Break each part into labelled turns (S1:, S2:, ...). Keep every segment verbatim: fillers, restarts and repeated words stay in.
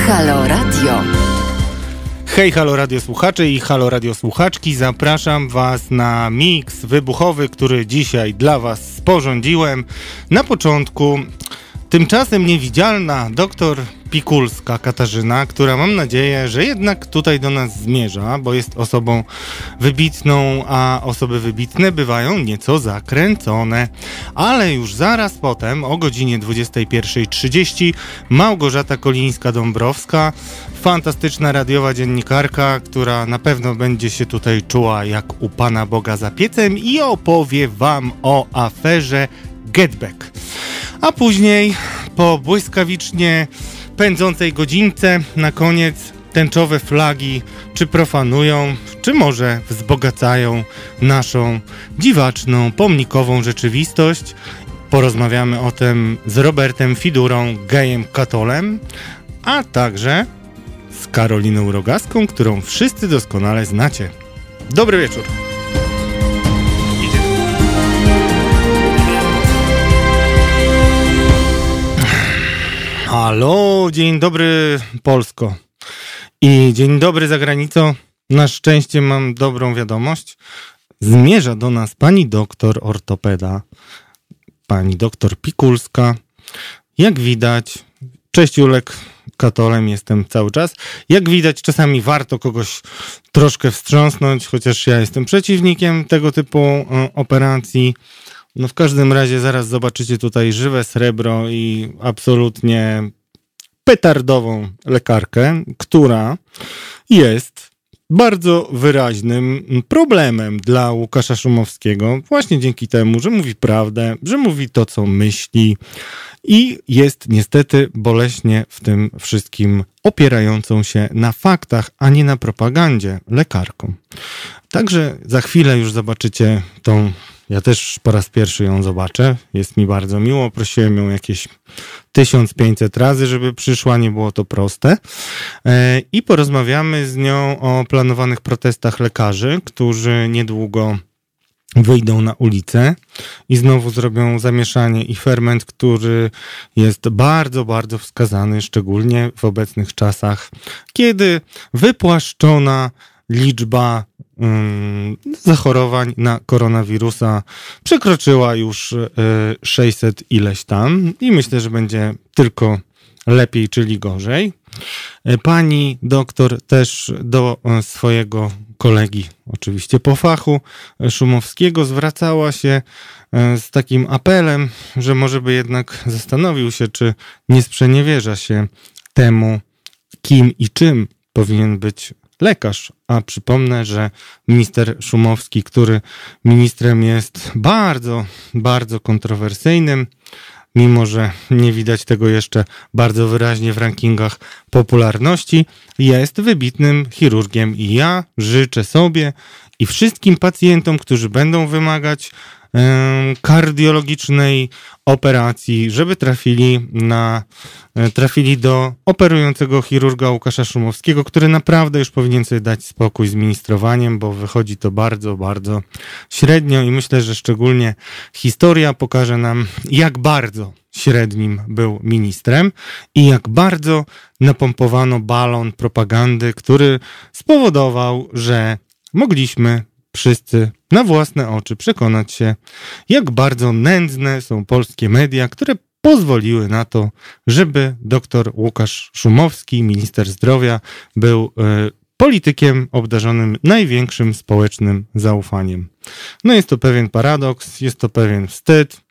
S1: Halo Radio.
S2: Hej, Halo Radio słuchacze i Halo Radio słuchaczki, zapraszam Was na miks wybuchowy, który dzisiaj dla Was sporządziłem. Na początku tymczasem niewidzialna doktor Pikulska Katarzyna, która mam nadzieję, że jednak tutaj do nas zmierza, bo jest osobą wybitną, a osoby wybitne bywają nieco zakręcone. Ale już zaraz potem o godzinie dwudziestej pierwszej trzydzieści Małgorzata Kolińska-Dąbrowska, fantastyczna radiowa dziennikarka, która na pewno będzie się tutaj czuła jak u Pana Boga za piecem i opowie Wam o aferze Getback. A później po błyskawicznie pędzącej godzince na koniec tęczowe flagi czy profanują, czy może wzbogacają naszą dziwaczną, pomnikową rzeczywistość. Porozmawiamy o tym z Robertem Fidurą, gejem katolem, a także z Karoliną Rogaską, którą wszyscy doskonale znacie. Dobry wieczór. Halo, dzień dobry Polsko i dzień dobry za granicą. Na szczęście mam dobrą wiadomość. Zmierza do nas pani doktor ortopeda, pani doktor Pikulska. Jak widać, cześć Julek, katolem jestem cały czas. Jak widać, czasami warto kogoś troszkę wstrząsnąć, chociaż ja jestem przeciwnikiem tego typu y, operacji. No w każdym razie zaraz zobaczycie tutaj żywe srebro i absolutnie petardową lekarkę, która jest bardzo wyraźnym problemem dla Łukasza Szumowskiego. Właśnie dzięki temu, że mówi prawdę, że mówi to, co myśli i jest niestety boleśnie w tym wszystkim opierającą się na faktach, a nie na propagandzie lekarką. Także za chwilę już zobaczycie tą. Ja też po raz pierwszy ją zobaczę. Jest mi bardzo miło. Prosiłem ją jakieś tysiąc pięćset razy, żeby przyszła. Nie było to proste. I porozmawiamy z nią o planowanych protestach lekarzy, którzy niedługo wyjdą na ulicę i znowu zrobią zamieszanie i ferment, który jest bardzo, bardzo wskazany, szczególnie w obecnych czasach, kiedy wypłaszczona liczba um, zachorowań na koronawirusa przekroczyła już y, sześćset ileś tam i myślę, że będzie tylko lepiej, czyli gorzej. Pani doktor też do swojego kolegi, oczywiście po fachu, Szumowskiego, zwracała się z takim apelem, że może by jednak zastanowił się, czy nie sprzeniewierza się temu, kim i czym powinien być lekarz. A przypomnę, że minister Szumowski, który ministrem jest bardzo, bardzo kontrowersyjnym, mimo że nie widać tego jeszcze bardzo wyraźnie w rankingach popularności, jest wybitnym chirurgiem i ja życzę sobie i wszystkim pacjentom, którzy będą wymagać kardiologicznej operacji, żeby trafili na trafili do operującego chirurga Łukasza Szumowskiego, który naprawdę już powinien sobie dać spokój z ministrowaniem, bo wychodzi to bardzo, bardzo średnio i myślę, że szczególnie historia pokaże nam, jak bardzo średnim był ministrem i jak bardzo napompowano balon propagandy, który spowodował, że mogliśmy wszyscy na własne oczy przekonać się, jak bardzo nędzne są polskie media, które pozwoliły na to, żeby doktor Łukasz Szumowski, minister zdrowia, był y, politykiem obdarzonym największym społecznym zaufaniem. No jest to pewien paradoks, jest to pewien wstyd,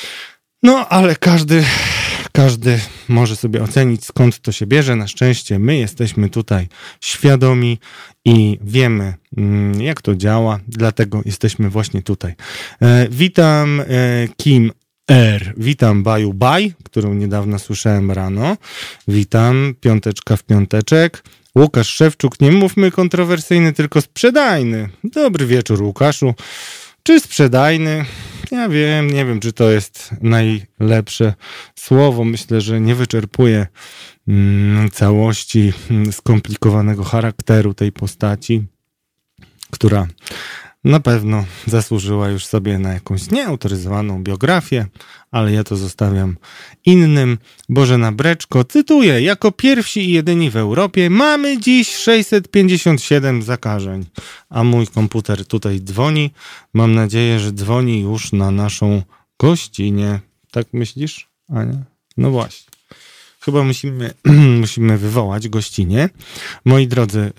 S2: no ale każdy... Każdy może sobie ocenić, skąd to się bierze. Na szczęście my jesteśmy tutaj świadomi i wiemy, jak to działa, dlatego jesteśmy właśnie tutaj. E, witam e, Kim R. Witam Baju Baj, którą niedawno słyszałem rano. Witam Piąteczka w Piąteczek. Łukasz Szewczuk, nie mówmy kontrowersyjny, tylko sprzedajny. Dobry wieczór, Łukaszu. Czy sprzedajny? Ja wiem, nie wiem, czy to jest najlepsze słowo. Myślę, że nie wyczerpuje mm, całości mm, skomplikowanego charakteru tej postaci, która na pewno zasłużyła już sobie na jakąś nieautoryzowaną biografię, ale ja to zostawiam innym. Bożena Breczko, cytuję, jako pierwsi i jedyni w Europie mamy dziś sześćset pięćdziesiąt siedem zakażeń, a mój komputer tutaj dzwoni. Mam nadzieję, że dzwoni już na naszą gościnę. Tak myślisz, Ania? No właśnie. Chyba musimy, musimy wywołać gościnie. Moi drodzy,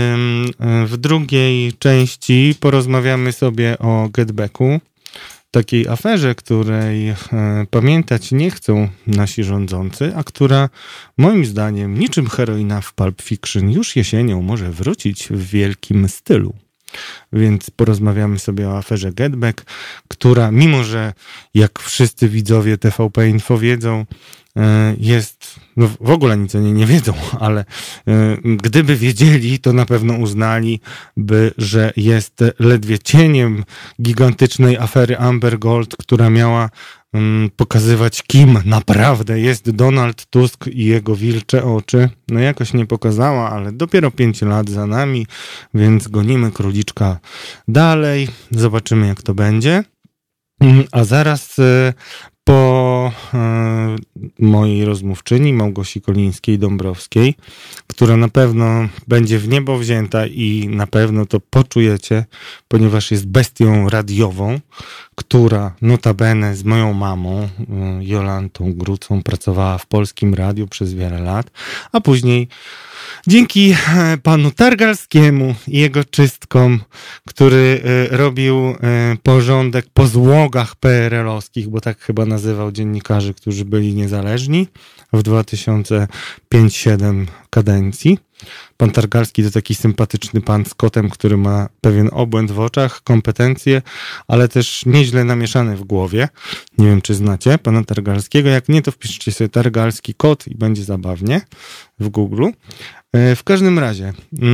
S2: w drugiej części porozmawiamy sobie o Getbacku, takiej aferze, której pamiętać nie chcą nasi rządzący, a która moim zdaniem niczym heroina w Pulp Fiction już jesienią może wrócić w wielkim stylu. Więc porozmawiamy sobie o aferze Getback, która mimo, że jak wszyscy widzowie T V P Info wiedzą, jest, no w ogóle nic o niej nie wiedzą, ale gdyby wiedzieli, to na pewno uznali by, że jest ledwie cieniem gigantycznej afery Amber Gold, która miała pokazywać, kim naprawdę jest Donald Tusk i jego wilcze oczy. No jakoś nie pokazała, ale dopiero pięć lat za nami, więc gonimy króliczka dalej. Zobaczymy, jak to będzie. A zaraz po e, mojej rozmówczyni Małgosi Kolińskiej-Dąbrowskiej, która na pewno będzie w niebo wzięta i na pewno to poczujecie, ponieważ jest bestią radiową, która notabene z moją mamą, e, Jolantą Grucą, pracowała w Polskim Radiu przez wiele lat, a później dzięki panu Targalskiemu i jego czystkom, który robił porządek po złogach P R L-owskich, bo tak chyba nazywał dziennikarzy, którzy byli niezależni w dwa tysiące piątej siódmej kadencji. Pan Targalski to taki sympatyczny pan z kotem, który ma pewien obłęd w oczach, kompetencje, ale też nieźle namieszane w głowie. Nie wiem, czy znacie pana Targalskiego. Jak nie, to wpiszcie sobie Targalski kot i będzie zabawnie w Google. W każdym razie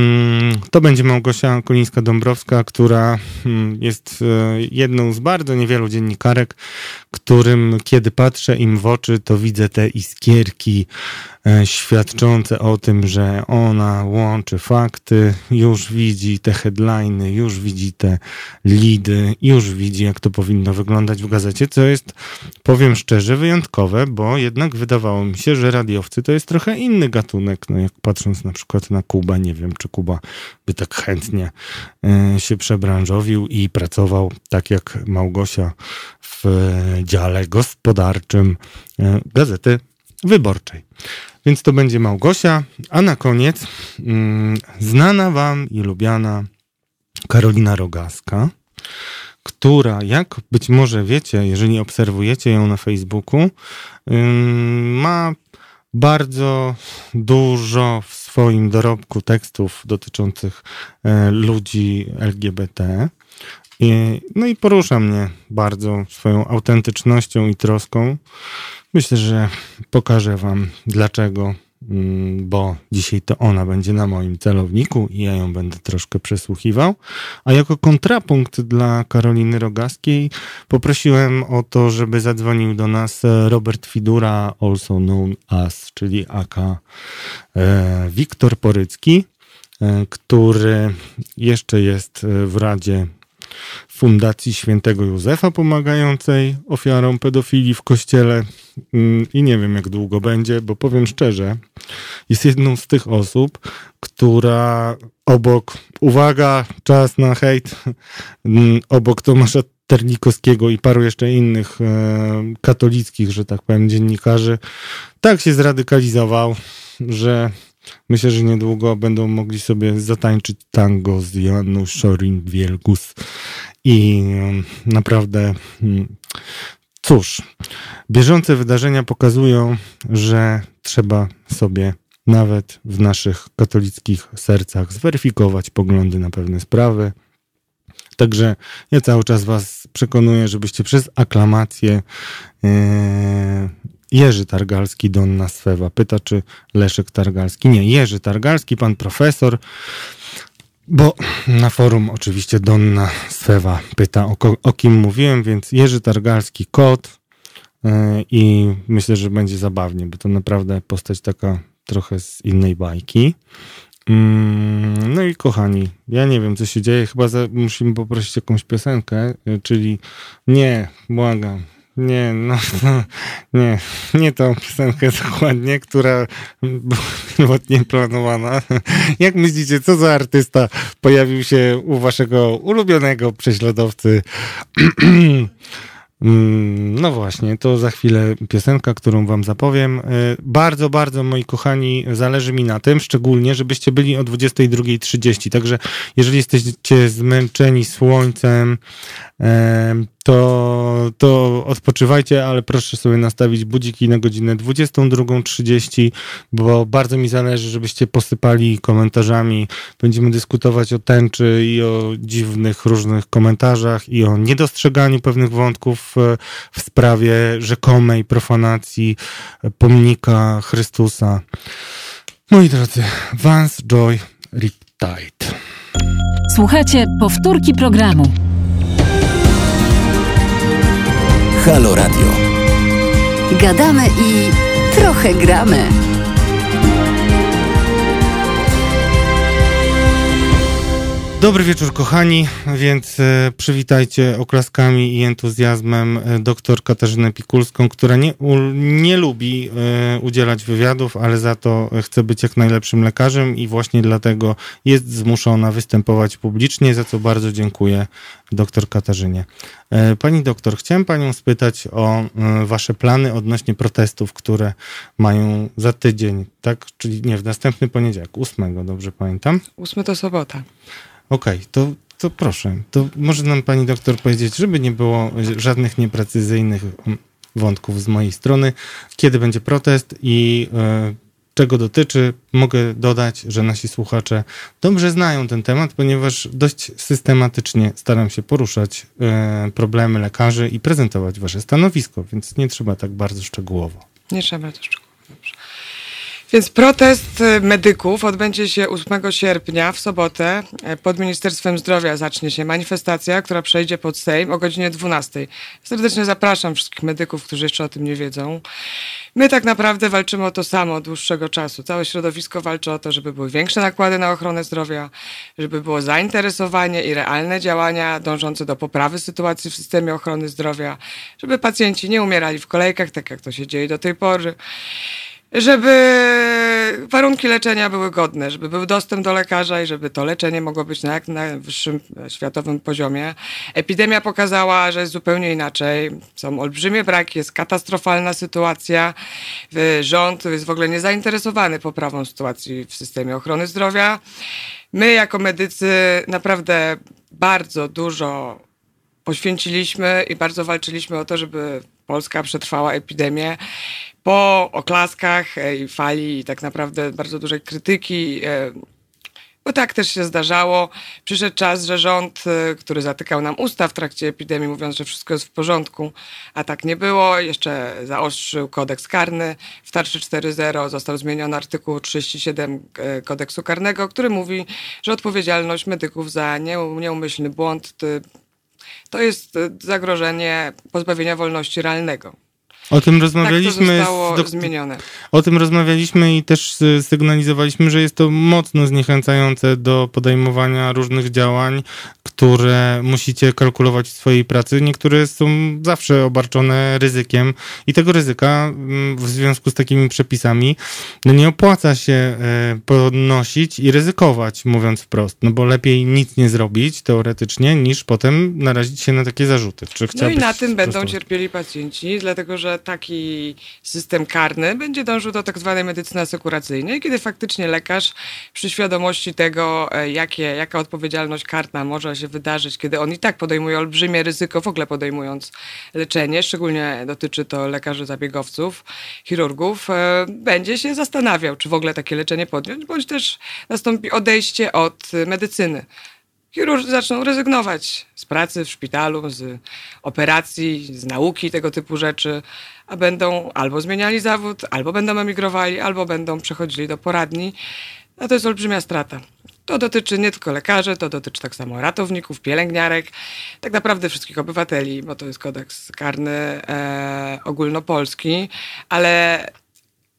S2: to będzie Małgosia Kolińska-Dąbrowska, która jest jedną z bardzo niewielu dziennikarek, którym kiedy patrzę im w oczy, to widzę te iskierki świadczące o tym, że ona łączy fakty, już widzi te headliny, już widzi te lidy, już widzi, jak to powinno wyglądać w gazecie, co jest, powiem szczerze, wyjątkowe, bo jednak wydawało mi się, że radiowcy to jest trochę inny gatunek, no jak patrząc na przykład na Kubę, nie wiem, czy Kuba by tak chętnie y, się przebranżowił i pracował tak jak Małgosia w y, dziale gospodarczym y, Gazety Wyborczej. Więc to będzie Małgosia, a na koniec mm, znana wam i lubiana Karolina Rogaska, która, jak być może wiecie, jeżeli obserwujecie ją na Facebooku, ym, ma bardzo dużo w swoim dorobku tekstów dotyczących e, ludzi L G B T. I, no i porusza mnie bardzo swoją autentycznością i troską. Myślę, że pokażę wam dlaczego, bo dzisiaj to ona będzie na moim celowniku i ja ją będę troszkę przesłuchiwał. A jako kontrapunkt dla Karoliny Rogaskiej poprosiłem o to, żeby zadzwonił do nas Robert Fidura, also known as, czyli aka e, Wiktor Porycki, e, który jeszcze jest w Radzie Fundacji Świętego Józefa pomagającej ofiarom pedofilii w kościele i nie wiem, jak długo będzie, bo powiem szczerze, jest jedną z tych osób, która obok, uwaga, czas na hejt, obok Tomasza Terlikowskiego i paru jeszcze innych e, katolickich, że tak powiem, dziennikarzy, tak się zradykalizował, że myślę, że niedługo będą mogli sobie zatańczyć tango z Joanną Szorin-Wielgus i naprawdę cóż, bieżące wydarzenia pokazują, że trzeba sobie nawet w naszych katolickich sercach zweryfikować poglądy na pewne sprawy. Także ja cały czas was przekonuję, żebyście przez aklamację yy, Jerzy Targalski, Donna Swewa. Pyta, czy Leszek Targalski. Nie, Jerzy Targalski, pan profesor. Bo na forum oczywiście Donna Swewa pyta, o, o kim mówiłem, więc Jerzy Targalski, kot. Yy, I myślę, że będzie zabawnie, bo to naprawdę postać taka trochę z innej bajki. Mm, no i kochani, ja nie wiem, co się dzieje. Chyba za, musimy poprosić jakąś piosenkę, czyli nie, błagam. Nie, no, no, nie, nie tą piosenkę dokładnie, która była pierwotnie planowana. Jak myślicie, co za artysta pojawił się u waszego ulubionego prześladowcy? No właśnie, to za chwilę piosenka, którą wam zapowiem. Bardzo, bardzo, moi kochani, zależy mi na tym, szczególnie, żebyście byli o dwudziestej drugiej trzydzieści. Także jeżeli jesteście zmęczeni słońcem, to, to odpoczywajcie, ale proszę sobie nastawić budziki na godzinę dwudziestą drugą trzydzieści, bo bardzo mi zależy, żebyście posypali komentarzami. Będziemy dyskutować o tęczy i o dziwnych różnych komentarzach i o niedostrzeganiu pewnych wątków w sprawie rzekomej profanacji pomnika Chrystusa. Moi drodzy, Vance Joy Riptide.
S1: Słuchajcie powtórki programu.
S3: Halo Radio.
S4: Gadamy i trochę gramy.
S2: Dobry wieczór, kochani, więc e, przywitajcie oklaskami i entuzjazmem e, dr Katarzynę Pikulską, która nie, u, nie lubi e, udzielać wywiadów, ale za to chce być jak najlepszym lekarzem i właśnie dlatego jest zmuszona występować publicznie, za co bardzo dziękuję dr Katarzynie. E, pani doktor, chciałem panią spytać o e, wasze plany odnośnie protestów, które mają za tydzień, tak? Czyli nie, w następny poniedziałek, ósmego, dobrze pamiętam?
S5: Ósmy to sobota.
S2: Okej, okay, to, to proszę, to może nam pani doktor powiedzieć, żeby nie było żadnych nieprecyzyjnych wątków z mojej strony, kiedy będzie protest i e, czego dotyczy. Mogę dodać, że nasi słuchacze dobrze znają ten temat, ponieważ dość systematycznie staram się poruszać e, problemy lekarzy i prezentować wasze stanowisko, więc nie trzeba tak bardzo szczegółowo.
S5: Nie trzeba to szczegółowo, dobrze. Więc protest medyków odbędzie się ósmego sierpnia w sobotę. Pod Ministerstwem Zdrowia zacznie się manifestacja, która przejdzie pod Sejm o godzinie dwunastej. Serdecznie zapraszam wszystkich medyków, którzy jeszcze o tym nie wiedzą. My tak naprawdę walczymy o to samo od dłuższego czasu. Całe środowisko walczy o to, żeby były większe nakłady na ochronę zdrowia, żeby było zainteresowanie i realne działania dążące do poprawy sytuacji w systemie ochrony zdrowia, żeby pacjenci nie umierali w kolejkach, tak jak to się dzieje do tej pory, żeby warunki leczenia były godne, żeby był dostęp do lekarza i żeby to leczenie mogło być na jak najwyższym światowym poziomie. Epidemia pokazała, że jest zupełnie inaczej. Są olbrzymie braki, jest katastrofalna sytuacja. Rząd jest w ogóle niezainteresowany poprawą sytuacji w systemie ochrony zdrowia. My jako medycy naprawdę bardzo dużo poświęciliśmy i bardzo walczyliśmy o to, żeby Polska przetrwała epidemię. Po oklaskach i fali i tak naprawdę bardzo dużej krytyki, bo tak też się zdarzało, przyszedł czas, że rząd, który zatykał nam usta w trakcie epidemii, mówiąc, że wszystko jest w porządku, a tak nie było, jeszcze zaostrzył kodeks karny. W tarczy cztery zero został zmieniony artykuł trzydzieści siedem kodeksu karnego, który mówi, że odpowiedzialność medyków za nieumyślny błąd to jest zagrożenie pozbawienia wolności realnego.
S2: O tym rozmawialiśmy.
S5: Tak to zostało
S2: dok-
S5: zmienione.
S2: O tym rozmawialiśmy i też sygnalizowaliśmy, że jest to mocno zniechęcające do podejmowania różnych działań, które musicie kalkulować w swojej pracy. Niektóre są zawsze obarczone ryzykiem i tego ryzyka w związku z takimi przepisami no nie opłaca się podnosić i ryzykować, mówiąc wprost. No bo lepiej nic nie zrobić teoretycznie, niż potem narazić się na takie zarzuty. Czy
S5: no i na tym
S2: prosto...
S5: będą cierpieli pacjenci, dlatego że taki system karny będzie dążył do tak zwanej medycyny asekuracyjnej, kiedy faktycznie lekarz przy świadomości tego, jakie, jaka odpowiedzialność karna może się wydarzyć, kiedy on i tak podejmuje olbrzymie ryzyko, w ogóle podejmując leczenie, szczególnie dotyczy to lekarzy zabiegowców, chirurgów, będzie się zastanawiał, czy w ogóle takie leczenie podjąć, bądź też nastąpi odejście od medycyny. Chirurdzy zaczną rezygnować z pracy w szpitalu, z operacji, z nauki, tego typu rzeczy, a będą albo zmieniali zawód, albo będą emigrowali, albo będą przechodzili do poradni. A to jest olbrzymia strata. To dotyczy nie tylko lekarzy, to dotyczy tak samo ratowników, pielęgniarek, tak naprawdę wszystkich obywateli, bo to jest kodeks karny e, ogólnopolski, ale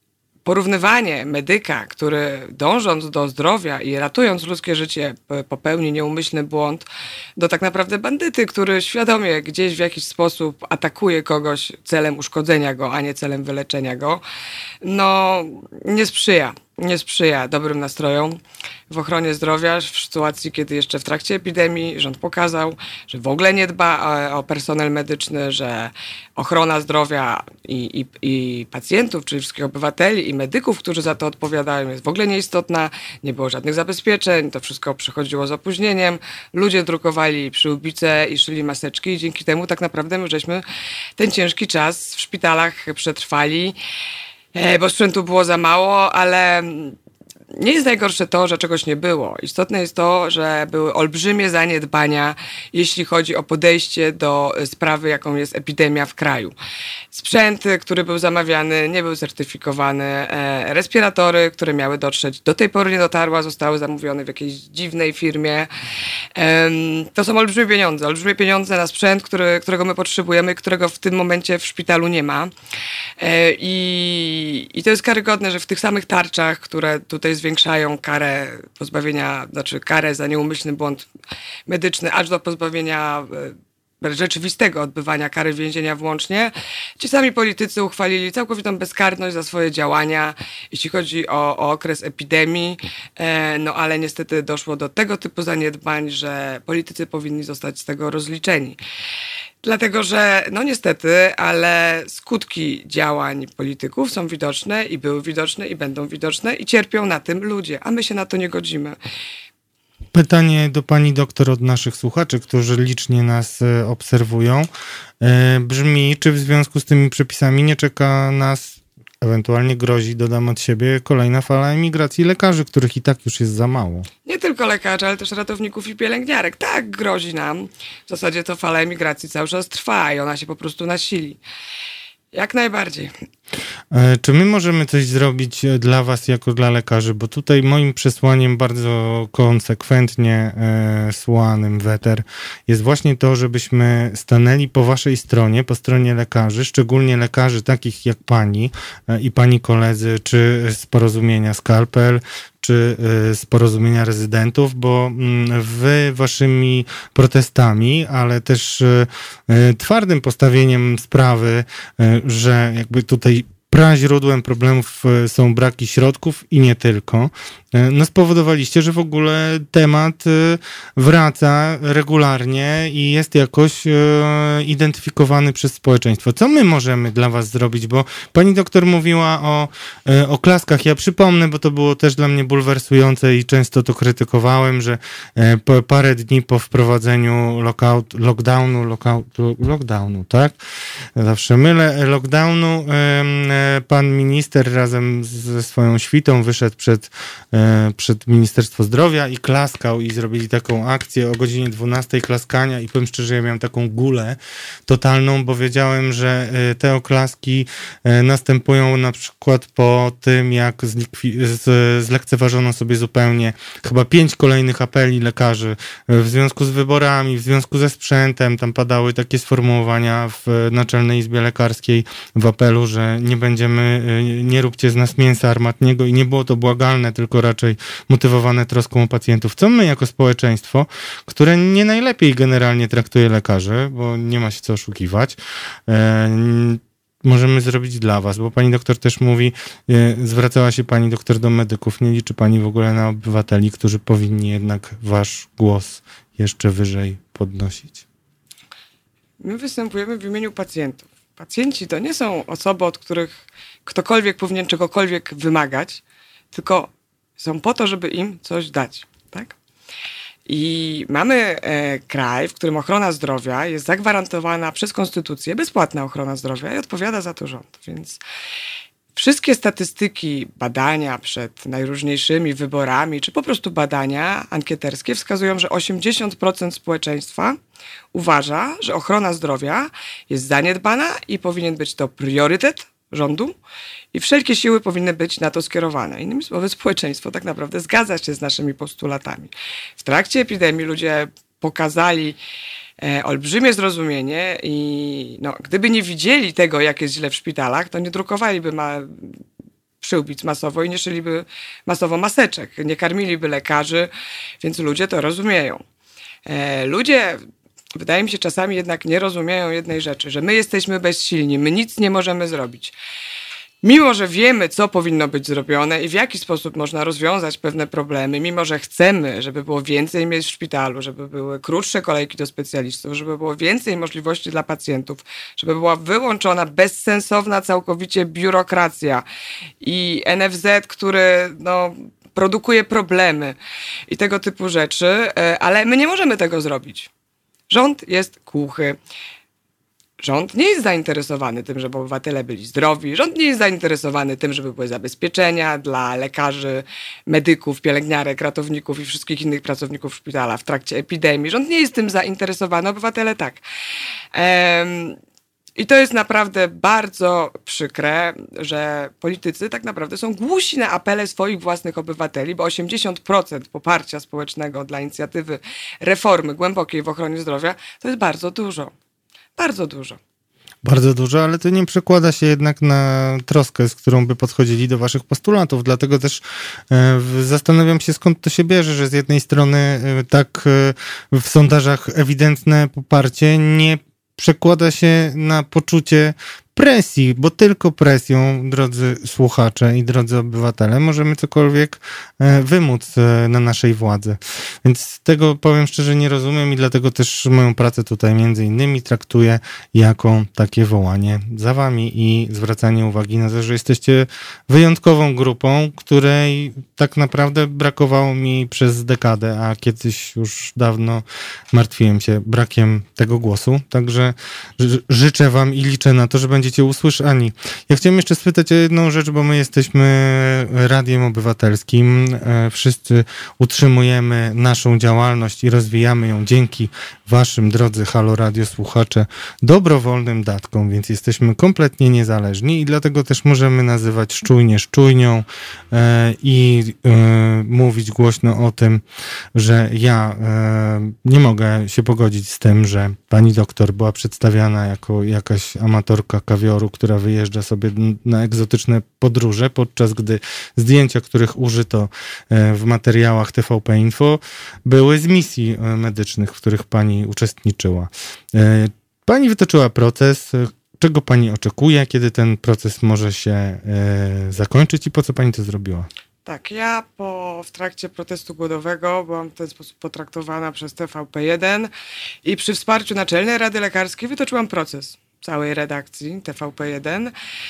S5: porównywanie medyka, który dążąc do zdrowia i ratując ludzkie życie popełni nieumyślny błąd, do tak naprawdę bandyty, który świadomie gdzieś w jakiś sposób atakuje kogoś celem uszkodzenia go, a nie celem wyleczenia go, no nie sprzyja. Nie sprzyja dobrym nastrojom w ochronie zdrowia w sytuacji, kiedy jeszcze w trakcie epidemii rząd pokazał, że w ogóle nie dba o personel medyczny, że ochrona zdrowia i, i, i pacjentów, czyli wszystkich obywateli i medyków, którzy za to odpowiadają, jest w ogóle nieistotna. Nie było żadnych zabezpieczeń, to wszystko przychodziło z opóźnieniem. Ludzie drukowali przyłbice i szyli maseczki i dzięki temu tak naprawdę my żeśmy ten ciężki czas w szpitalach przetrwali. Bo sprzętu było za mało, ale nie jest najgorsze to, że czegoś nie było. Istotne jest to, że były olbrzymie zaniedbania, jeśli chodzi o podejście do sprawy, jaką jest epidemia w kraju. Sprzęt, który był zamawiany, nie był certyfikowany. Respiratory, które miały dotrzeć, do tej pory nie dotarła, zostały zamówione w jakiejś dziwnej firmie. To są olbrzymie pieniądze. Olbrzymie pieniądze na sprzęt, który, którego my potrzebujemy, którego w tym momencie w szpitalu nie ma. I, i to jest karygodne, że w tych samych tarczach, które tutaj zwiększają karę pozbawienia, znaczy karę za nieumyślny błąd medyczny, aż do pozbawienia rzeczywistego odbywania kary więzienia włącznie, ci sami politycy uchwalili całkowitą bezkarność za swoje działania, jeśli chodzi o, o okres epidemii, no ale niestety doszło do tego typu zaniedbań, że politycy powinni zostać z tego rozliczeni. Dlatego, że no niestety, ale skutki działań polityków są widoczne i były widoczne i będą widoczne i cierpią na tym ludzie, a my się na to nie godzimy.
S2: Pytanie do pani doktor od naszych słuchaczy, którzy licznie nas obserwują, brzmi, czy w związku z tymi przepisami nie czeka nas, ewentualnie grozi, dodam od siebie, kolejna fala emigracji lekarzy, których i tak już jest za mało.
S5: Nie tylko lekarzy, ale też ratowników i pielęgniarek. Tak, grozi nam. W zasadzie to fala emigracji cały czas trwa i ona się po prostu nasili. Jak najbardziej.
S2: Czy my możemy coś zrobić dla was jako dla lekarzy? Bo tutaj moim przesłaniem bardzo konsekwentnie e, słanym weter jest właśnie to, żebyśmy stanęli po waszej stronie, po stronie lekarzy, szczególnie lekarzy takich jak pani e, i pani koledzy, czy z porozumienia Skalpel, czy z porozumienia rezydentów, bo wy waszymi protestami, ale też twardym postawieniem sprawy, że jakby tutaj praźródłem problemów są braki środków i nie tylko, no spowodowaliście, że w ogóle temat wraca regularnie i jest jakoś identyfikowany przez społeczeństwo. Co my możemy dla was zrobić? Bo pani doktor mówiła o, o klaskach. Ja przypomnę, bo to było też dla mnie bulwersujące i często to krytykowałem, że parę dni po wprowadzeniu lockout, lockdownu, lockout, lockdownu, tak? Zawsze mylę. Lockdownu pan minister razem ze swoją świtą wyszedł przed przed Ministerstwo Zdrowia i klaskał i zrobili taką akcję o godzinie dwunastej klaskania i powiem szczerze, ja miałem taką gulę totalną, bo wiedziałem, że te oklaski następują na przykład po tym, jak zlikwi- z- zlekceważono sobie zupełnie chyba pięć kolejnych apeli lekarzy w związku z wyborami, w związku ze sprzętem. Tam padały takie sformułowania w Naczelnej Izbie Lekarskiej w apelu, że nie będziemy, nie róbcie z nas mięsa armatniego i nie było to błagalne, tylko raczej motywowane troską o pacjentów. Co my jako społeczeństwo, które nie najlepiej generalnie traktuje lekarzy, bo nie ma się co oszukiwać, e, możemy zrobić dla was? Bo pani doktor też mówi, e, zwracała się pani doktor do medyków, nie liczy pani w ogóle na obywateli, którzy powinni jednak wasz głos jeszcze wyżej podnosić.
S5: My występujemy w imieniu pacjentów. Pacjenci to nie są osoby, od których ktokolwiek powinien czegokolwiek wymagać, tylko są po to, żeby im coś dać, tak? I mamy e, kraj, w którym ochrona zdrowia jest zagwarantowana przez konstytucję, bezpłatna ochrona zdrowia i odpowiada za to rząd. Więc wszystkie statystyki, badania przed najróżniejszymi wyborami, czy po prostu badania ankieterskie wskazują, że osiemdziesiąt procent społeczeństwa uważa, że ochrona zdrowia jest zaniedbana i powinien być to priorytet rządu i wszelkie siły powinny być na to skierowane. Innymi słowy, społeczeństwo tak naprawdę zgadza się z naszymi postulatami. W trakcie epidemii ludzie pokazali e, olbrzymie zrozumienie i no, gdyby nie widzieli tego, jak jest źle w szpitalach, to nie drukowaliby ma przyłbic masowo i nie szyliby masowo maseczek, nie karmiliby lekarzy, więc ludzie to rozumieją. E, ludzie, wydaje mi się, czasami jednak nie rozumieją jednej rzeczy, że my jesteśmy bezsilni, my nic nie możemy zrobić. Mimo że wiemy, co powinno być zrobione i w jaki sposób można rozwiązać pewne problemy, mimo że chcemy, żeby było więcej miejsc w szpitalu, żeby były krótsze kolejki do specjalistów, żeby było więcej możliwości dla pacjentów, żeby była wyłączona bezsensowna całkowicie biurokracja i N F Z, który no, produkuje problemy i tego typu rzeczy, ale my nie możemy tego zrobić. Rząd jest głuchy. Rząd nie jest zainteresowany tym, żeby obywatele byli zdrowi. Rząd nie jest zainteresowany tym, żeby były zabezpieczenia dla lekarzy, medyków, pielęgniarek, ratowników i wszystkich innych pracowników szpitala w trakcie epidemii. Rząd nie jest tym zainteresowany, obywatele tak. Um, I to jest naprawdę bardzo przykre, że politycy tak naprawdę są głusi na apele swoich własnych obywateli, bo osiemdziesiąt procent poparcia społecznego dla inicjatywy reformy głębokiej w ochronie zdrowia to jest bardzo dużo. Bardzo dużo.
S2: Bardzo dużo, ale to nie przekłada się jednak na troskę, z którą by podchodzili do waszych postulatów. Dlatego też e, zastanawiam się, skąd to się bierze, że z jednej strony e, tak e, w sondażach ewidentne poparcie nie przekłada się na poczucie presji, bo tylko presją, drodzy słuchacze i drodzy obywatele, możemy cokolwiek wymóc na naszej władzy. Więc tego, powiem szczerze, nie rozumiem i dlatego też moją pracę tutaj między innymi traktuję jako takie wołanie za wami i zwracanie uwagi na to, że jesteście wyjątkową grupą, której tak naprawdę brakowało mi przez dekadę, a kiedyś już dawno martwiłem się brakiem tego głosu. Także życzę wam i liczę na to, że będziecie usłyszani. Ja chciałem jeszcze spytać o jedną rzecz, bo my jesteśmy radiem obywatelskim. Wszyscy utrzymujemy naszą działalność i rozwijamy ją dzięki waszym, drodzy Halo Radio słuchacze, dobrowolnym datkom, więc jesteśmy kompletnie niezależni i dlatego też możemy nazywać szczujnię szczujnią i mówić głośno o tym, że ja nie mogę się pogodzić z tym, że pani doktor była przedstawiana jako jakaś amatorka kawioru, która wyjeżdża sobie na egzotyczne podróże, podczas gdy zdjęcia, których użyto w materiałach T V P Info, były z misji medycznych, w których pani uczestniczyła. Pani wytoczyła proces. Czego pani oczekuje, kiedy ten proces może się zakończyć i po co pani to zrobiła?
S5: Tak, ja po, w trakcie protestu głodowego byłam w ten sposób potraktowana przez T V P jeden i przy wsparciu Naczelnej Rady Lekarskiej wytoczyłam proces całej redakcji T V P jeden.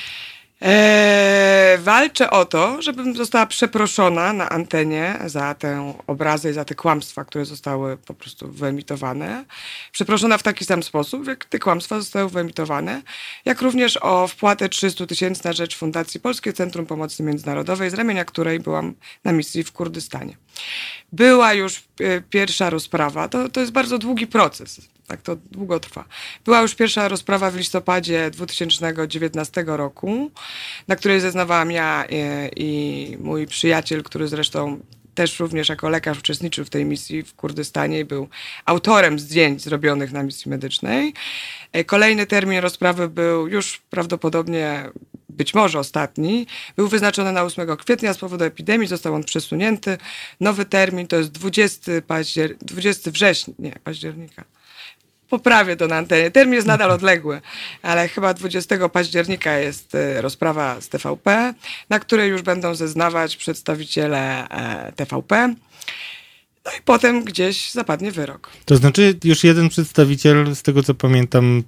S5: Eee, walczę o to, żebym została przeproszona na antenie za tę obrazę i za te kłamstwa, które zostały po prostu wyemitowane. Przeproszona w taki sam sposób, jak te kłamstwa zostały wyemitowane, jak również o wpłatę trzysta tysięcy na rzecz Fundacji Polskie Centrum Pomocy Międzynarodowej, z ramienia której byłam na misji w Kurdystanie. Była już e, pierwsza rozprawa, to, to jest bardzo długi proces. Tak to długo trwa. Była już pierwsza rozprawa w listopadzie dwa tysiące dziewiętnastego roku, na której zeznawałam ja i, i mój przyjaciel, który zresztą też również jako lekarz uczestniczył w tej misji w Kurdystanie i był autorem zdjęć zrobionych na misji medycznej. Kolejny termin rozprawy był już prawdopodobnie, być może ostatni, był wyznaczony na ósmego kwietnia z powodu epidemii, został on przesunięty. Nowy termin to jest dwudziestego paździer... dwudziestego września, nie, października. Poprawię to na antenie. Termin jest nadal odległy, ale chyba dwudziestego października jest rozprawa z T V P, na której już będą zeznawać przedstawiciele T V P. No i potem gdzieś zapadnie wyrok.
S2: To znaczy już jeden przedstawiciel, z tego co pamiętam,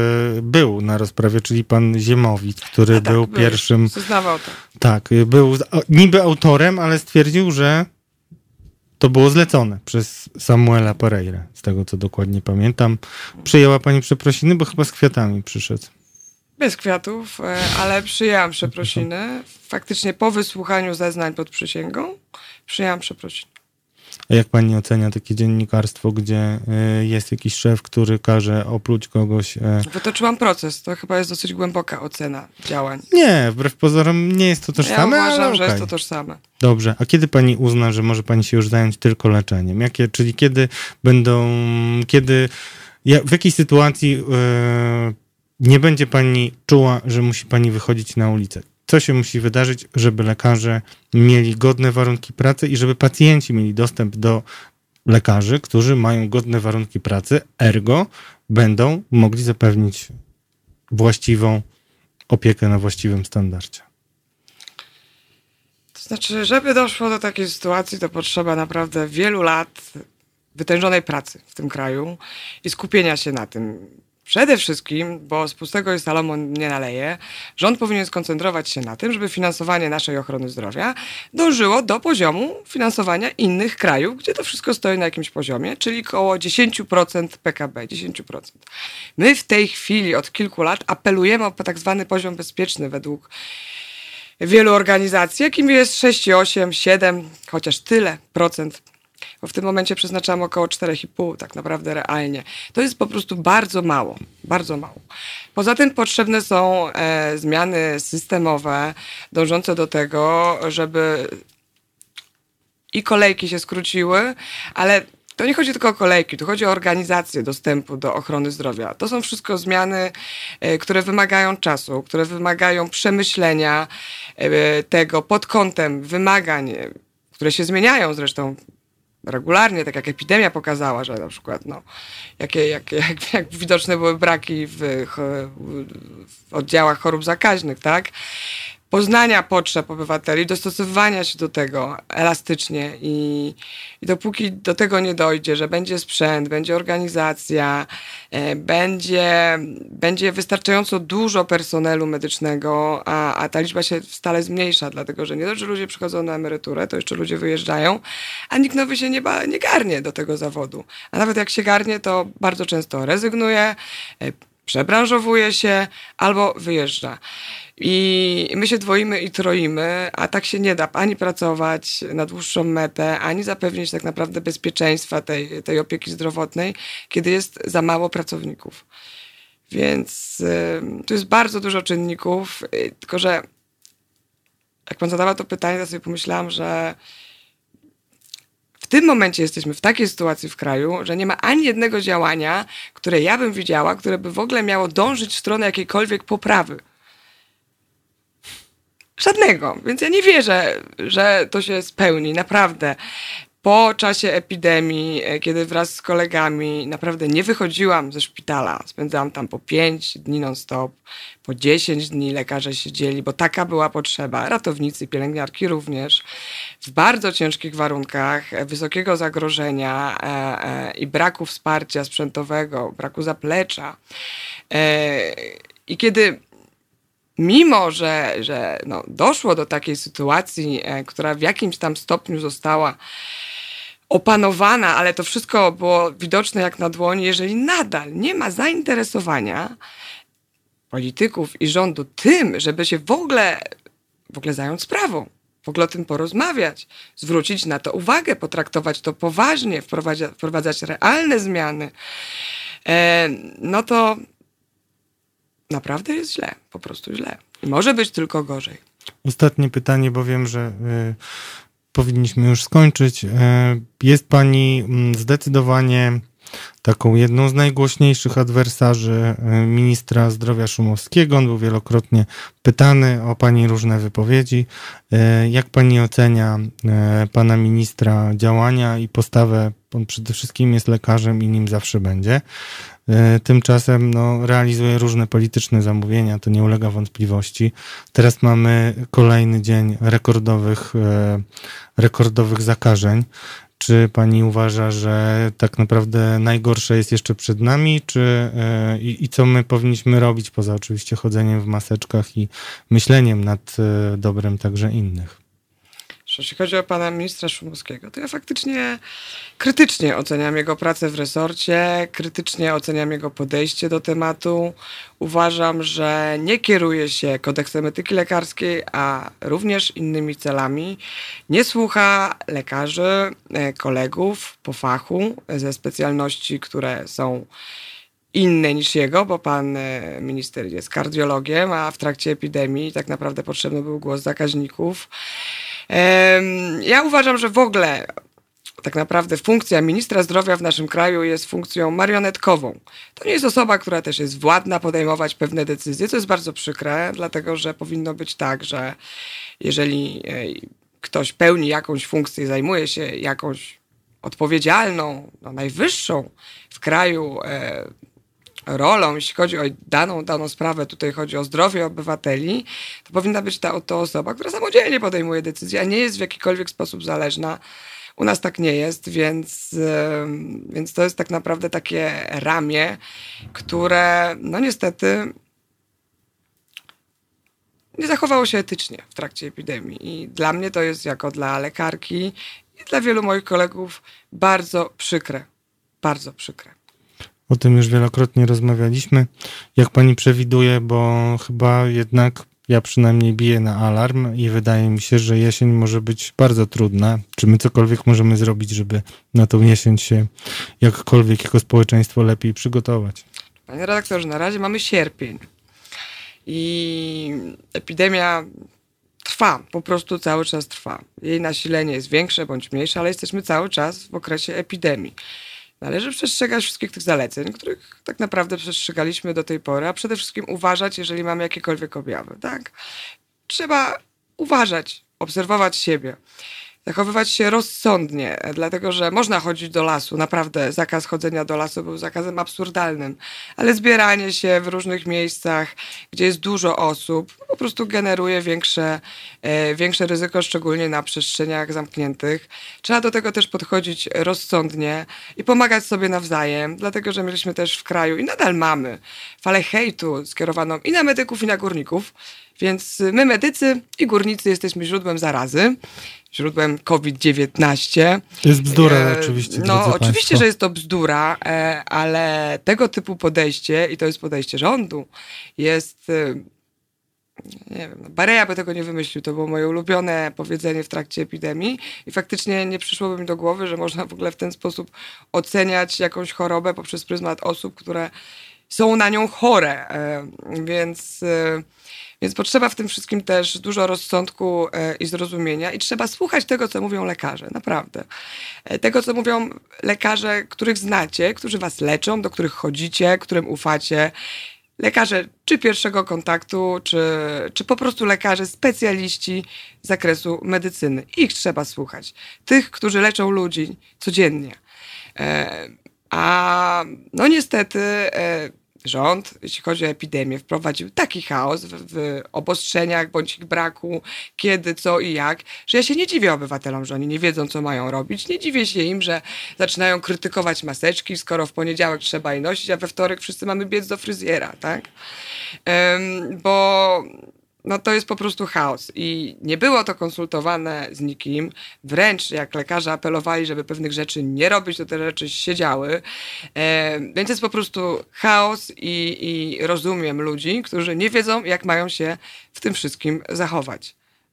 S2: był na rozprawie, czyli pan Ziemowit, który tak, był, był pierwszym...
S5: Zeznawał to.
S2: Tak, był niby autorem, ale stwierdził, że to było zlecone przez Samuela Pereira, z tego co dokładnie pamiętam. Przyjęła pani przeprosiny, bo chyba z kwiatami przyszedł.
S5: Bez kwiatów, ale przyjęłam przeprosiny. Faktycznie po wysłuchaniu zeznań pod przysięgą przyjęłam przeprosiny.
S2: A jak pani ocenia takie dziennikarstwo, gdzie jest jakiś szef, który każe opluć kogoś?
S5: Wytoczyłam proces. To chyba jest dosyć głęboka ocena działań.
S2: Nie, wbrew pozorom nie jest to tożsame.
S5: Ja uważam,
S2: ale
S5: że
S2: okay.
S5: jest to tożsame.
S2: Dobrze. A kiedy pani uzna, że może pani się już zająć tylko leczeniem? Jakie, czyli kiedy będą, kiedy, w jakiej sytuacji yy, nie będzie pani czuła, że musi pani wychodzić na ulicę? co się musi wydarzyć, żeby lekarze mieli godne warunki pracy i żeby pacjenci mieli dostęp do lekarzy, którzy mają godne warunki pracy, ergo będą mogli zapewnić właściwą opiekę na właściwym standardzie.
S5: To znaczy, żeby doszło do takiej sytuacji, to potrzeba naprawdę wielu lat wytężonej pracy w tym kraju i skupienia się na tym. Przede wszystkim, bo z pustego i Salomon nie naleje, rząd powinien skoncentrować się na tym, żeby finansowanie naszej ochrony zdrowia dążyło do poziomu finansowania innych krajów, gdzie to wszystko stoi na jakimś poziomie, czyli około dziesięć procent P K B, dziesięć procent. My w tej chwili od kilku lat apelujemy o tak zwany poziom bezpieczny według wielu organizacji, jakim jest sześć, osiem, siedem, chociaż tyle procent. Bo w tym momencie przeznaczamy około cztery i pół tak naprawdę realnie. To jest po prostu bardzo mało, bardzo mało. Poza tym potrzebne są e, zmiany systemowe dążące do tego, żeby i kolejki się skróciły, ale to nie chodzi tylko o kolejki, tu chodzi o organizację dostępu do ochrony zdrowia. To są wszystko zmiany, e, które wymagają czasu, które wymagają przemyślenia e, tego pod kątem wymagań, które się zmieniają zresztą regularnie, tak jak epidemia pokazała, że na przykład no, jakie, jak, jak, jak widoczne były braki w, w oddziałach chorób zakaźnych, tak? Poznania potrzeb obywateli, dostosowywania się do tego elastycznie i, i dopóki do tego nie dojdzie, że będzie sprzęt, będzie organizacja, e, będzie, będzie wystarczająco dużo personelu medycznego, a, a ta liczba się stale zmniejsza, dlatego że nie dość, że ludzie przychodzą na emeryturę, to jeszcze ludzie wyjeżdżają, a nikt nowy się nie, ba, nie garnie do tego zawodu. A nawet jak się garnie, to bardzo często rezygnuje, e, przebranżowuje się albo wyjeżdża. I my się dwoimy i troimy, a tak się nie da ani pracować na dłuższą metę, ani zapewnić tak naprawdę bezpieczeństwa tej, tej opieki zdrowotnej, kiedy jest za mało pracowników. Więc y, tu jest bardzo dużo czynników, y, tylko że jak pan zadawał to pytanie, to sobie pomyślałam, że w tym momencie jesteśmy w takiej sytuacji w kraju, że nie ma ani jednego działania, które ja bym widziała, które by w ogóle miało dążyć w stronę jakiejkolwiek poprawy. Żadnego. Więc ja nie wierzę, że to się spełni. Naprawdę. Po czasie epidemii, kiedy wraz z kolegami naprawdę nie wychodziłam ze szpitala, spędzałam tam po pięć dni non-stop, po dziesięć dni lekarze siedzieli, bo taka była potrzeba. Ratownicy, pielęgniarki również. W bardzo ciężkich warunkach, wysokiego zagrożenia e, e, i braku wsparcia sprzętowego, braku zaplecza. E, I kiedy mimo, że, że no, doszło do takiej sytuacji, e, która w jakimś tam stopniu została opanowana, ale to wszystko było widoczne jak na dłoni, jeżeli nadal nie ma zainteresowania polityków i rządu tym, żeby się w ogóle, w ogóle zająć sprawą, w ogóle o tym porozmawiać, zwrócić na to uwagę, potraktować to poważnie, wprowadzać, wprowadzać realne zmiany, e, no to naprawdę jest źle, po prostu źle. I może być tylko gorzej.
S2: Ostatnie pytanie, bo wiem, że y, powinniśmy już skończyć. Y, jest pani zdecydowanie taką jedną z najgłośniejszych adwersarzy ministra zdrowia Szumowskiego. On był wielokrotnie pytany o pani różne wypowiedzi. Y, jak pani ocenia y, pana ministra działania i postawę? On przede wszystkim jest lekarzem i nim zawsze będzie. Tymczasem no, realizuje różne polityczne zamówienia, to nie ulega wątpliwości. Teraz mamy kolejny dzień rekordowych, rekordowych zakażeń. Czy pani uważa, że tak naprawdę najgorsze jest jeszcze przed nami? Czy, i, i co my powinniśmy robić, poza oczywiście chodzeniem w maseczkach i myśleniem nad dobrem także innych?
S5: Jeśli chodzi o pana ministra Szumowskiego, to ja faktycznie krytycznie oceniam jego pracę w resorcie, krytycznie oceniam jego podejście do tematu. Uważam, że nie kieruje się kodeksem etyki lekarskiej, a również innymi celami. Nie słucha lekarzy, kolegów po fachu ze specjalności, które są inne niż jego, bo pan minister jest kardiologiem, a w trakcie epidemii tak naprawdę potrzebny był głos zakaźników. Ja uważam, że w ogóle tak naprawdę funkcja ministra zdrowia w naszym kraju jest funkcją marionetkową. To nie jest osoba, która też jest władna podejmować pewne decyzje, co jest bardzo przykre, dlatego że powinno być tak, że jeżeli ktoś pełni jakąś funkcję, zajmuje się jakąś odpowiedzialną, no najwyższą w kraju e, rolą, jeśli chodzi o daną, daną sprawę, tutaj chodzi o zdrowie obywateli, to powinna być ta to osoba, która samodzielnie podejmuje decyzje, a nie jest w jakikolwiek sposób zależna. U nas tak nie jest, więc, więc to jest tak naprawdę takie ramię, które no niestety nie zachowało się etycznie w trakcie epidemii. I dla mnie to jest jako dla lekarki i dla wielu moich kolegów bardzo przykre. Bardzo przykre.
S2: O tym już wielokrotnie rozmawialiśmy. Jak pani przewiduje, bo chyba jednak ja przynajmniej biję na alarm i wydaje mi się, że jesień może być bardzo trudna. Czy my cokolwiek możemy zrobić, żeby na tą jesień się jakkolwiek jako społeczeństwo lepiej przygotować?
S5: Panie redaktorze, na razie mamy sierpień i epidemia trwa, po prostu cały czas trwa. Jej nasilenie jest większe bądź mniejsze, ale jesteśmy cały czas w okresie epidemii. Należy przestrzegać wszystkich tych zaleceń, których tak naprawdę przestrzegaliśmy do tej pory, a przede wszystkim uważać, jeżeli mamy jakiekolwiek objawy, tak? Trzeba uważać, obserwować siebie, zachowywać się rozsądnie, dlatego że można chodzić do lasu, naprawdę zakaz chodzenia do lasu był zakazem absurdalnym, ale zbieranie się w różnych miejscach, gdzie jest dużo osób, po prostu generuje większe, e, większe ryzyko, szczególnie na przestrzeniach zamkniętych. Trzeba do tego też podchodzić rozsądnie i pomagać sobie nawzajem, dlatego że mieliśmy też w kraju i nadal mamy falę hejtu skierowaną i na medyków, i na górników, więc my medycy i górnicy jesteśmy źródłem zarazy, źródłem kowid dziewiętnaście.
S2: To jest bzdura
S5: e,
S2: oczywiście,
S5: No oczywiście,
S2: państwo.
S5: że jest to bzdura, e, ale tego typu podejście, i to jest podejście rządu, jest... E, nie wiem, Bareja by tego nie wymyślił, to było moje ulubione powiedzenie w trakcie epidemii i faktycznie nie przyszłoby mi do głowy, że można w ogóle w ten sposób oceniać jakąś chorobę poprzez pryzmat osób, które są na nią chore, e, więc... E, Więc potrzeba w tym wszystkim też dużo rozsądku e, i zrozumienia i trzeba słuchać tego, co mówią lekarze, naprawdę. E, tego, co mówią lekarze, których znacie, którzy was leczą, do których chodzicie, którym ufacie. Lekarze czy pierwszego kontaktu, czy, czy po prostu lekarze, specjaliści z zakresu medycyny. Ich trzeba słuchać. Tych, którzy leczą ludzi codziennie. E, a no niestety... E, Rząd, jeśli chodzi o epidemię, wprowadził taki chaos w, w obostrzeniach bądź ich braku, kiedy, co i jak, że ja się nie dziwię obywatelom, że oni nie wiedzą, co mają robić. Nie dziwię się im, że zaczynają krytykować maseczki, skoro w poniedziałek trzeba je nosić, a we wtorek wszyscy mamy biec do fryzjera, tak? Um, bo... No to jest po prostu chaos i nie było to konsultowane z nikim. Wręcz jak lekarze apelowali, żeby pewnych rzeczy nie robić, to te rzeczy się działy. E, więc jest po prostu chaos i, i rozumiem ludzi, którzy nie wiedzą, jak mają się w tym wszystkim zachować.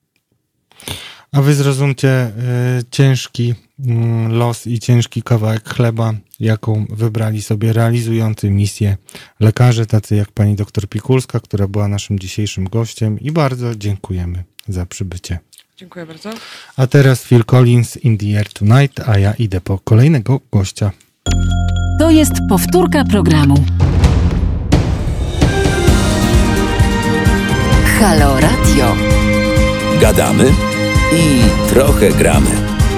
S2: A wy zrozumcie y, ciężki y, los i ciężki kawałek chleba, jaką wybrali sobie realizujący misję lekarze, tacy jak pani doktor Pikulska, która była naszym dzisiejszym gościem i bardzo dziękujemy za przybycie.
S5: Dziękuję bardzo.
S2: A teraz Phil Collins, In the Air Tonight, a ja idę po kolejnego gościa.
S1: To jest powtórka programu.
S4: Halo Radio.
S3: Gadamy i trochę gramy.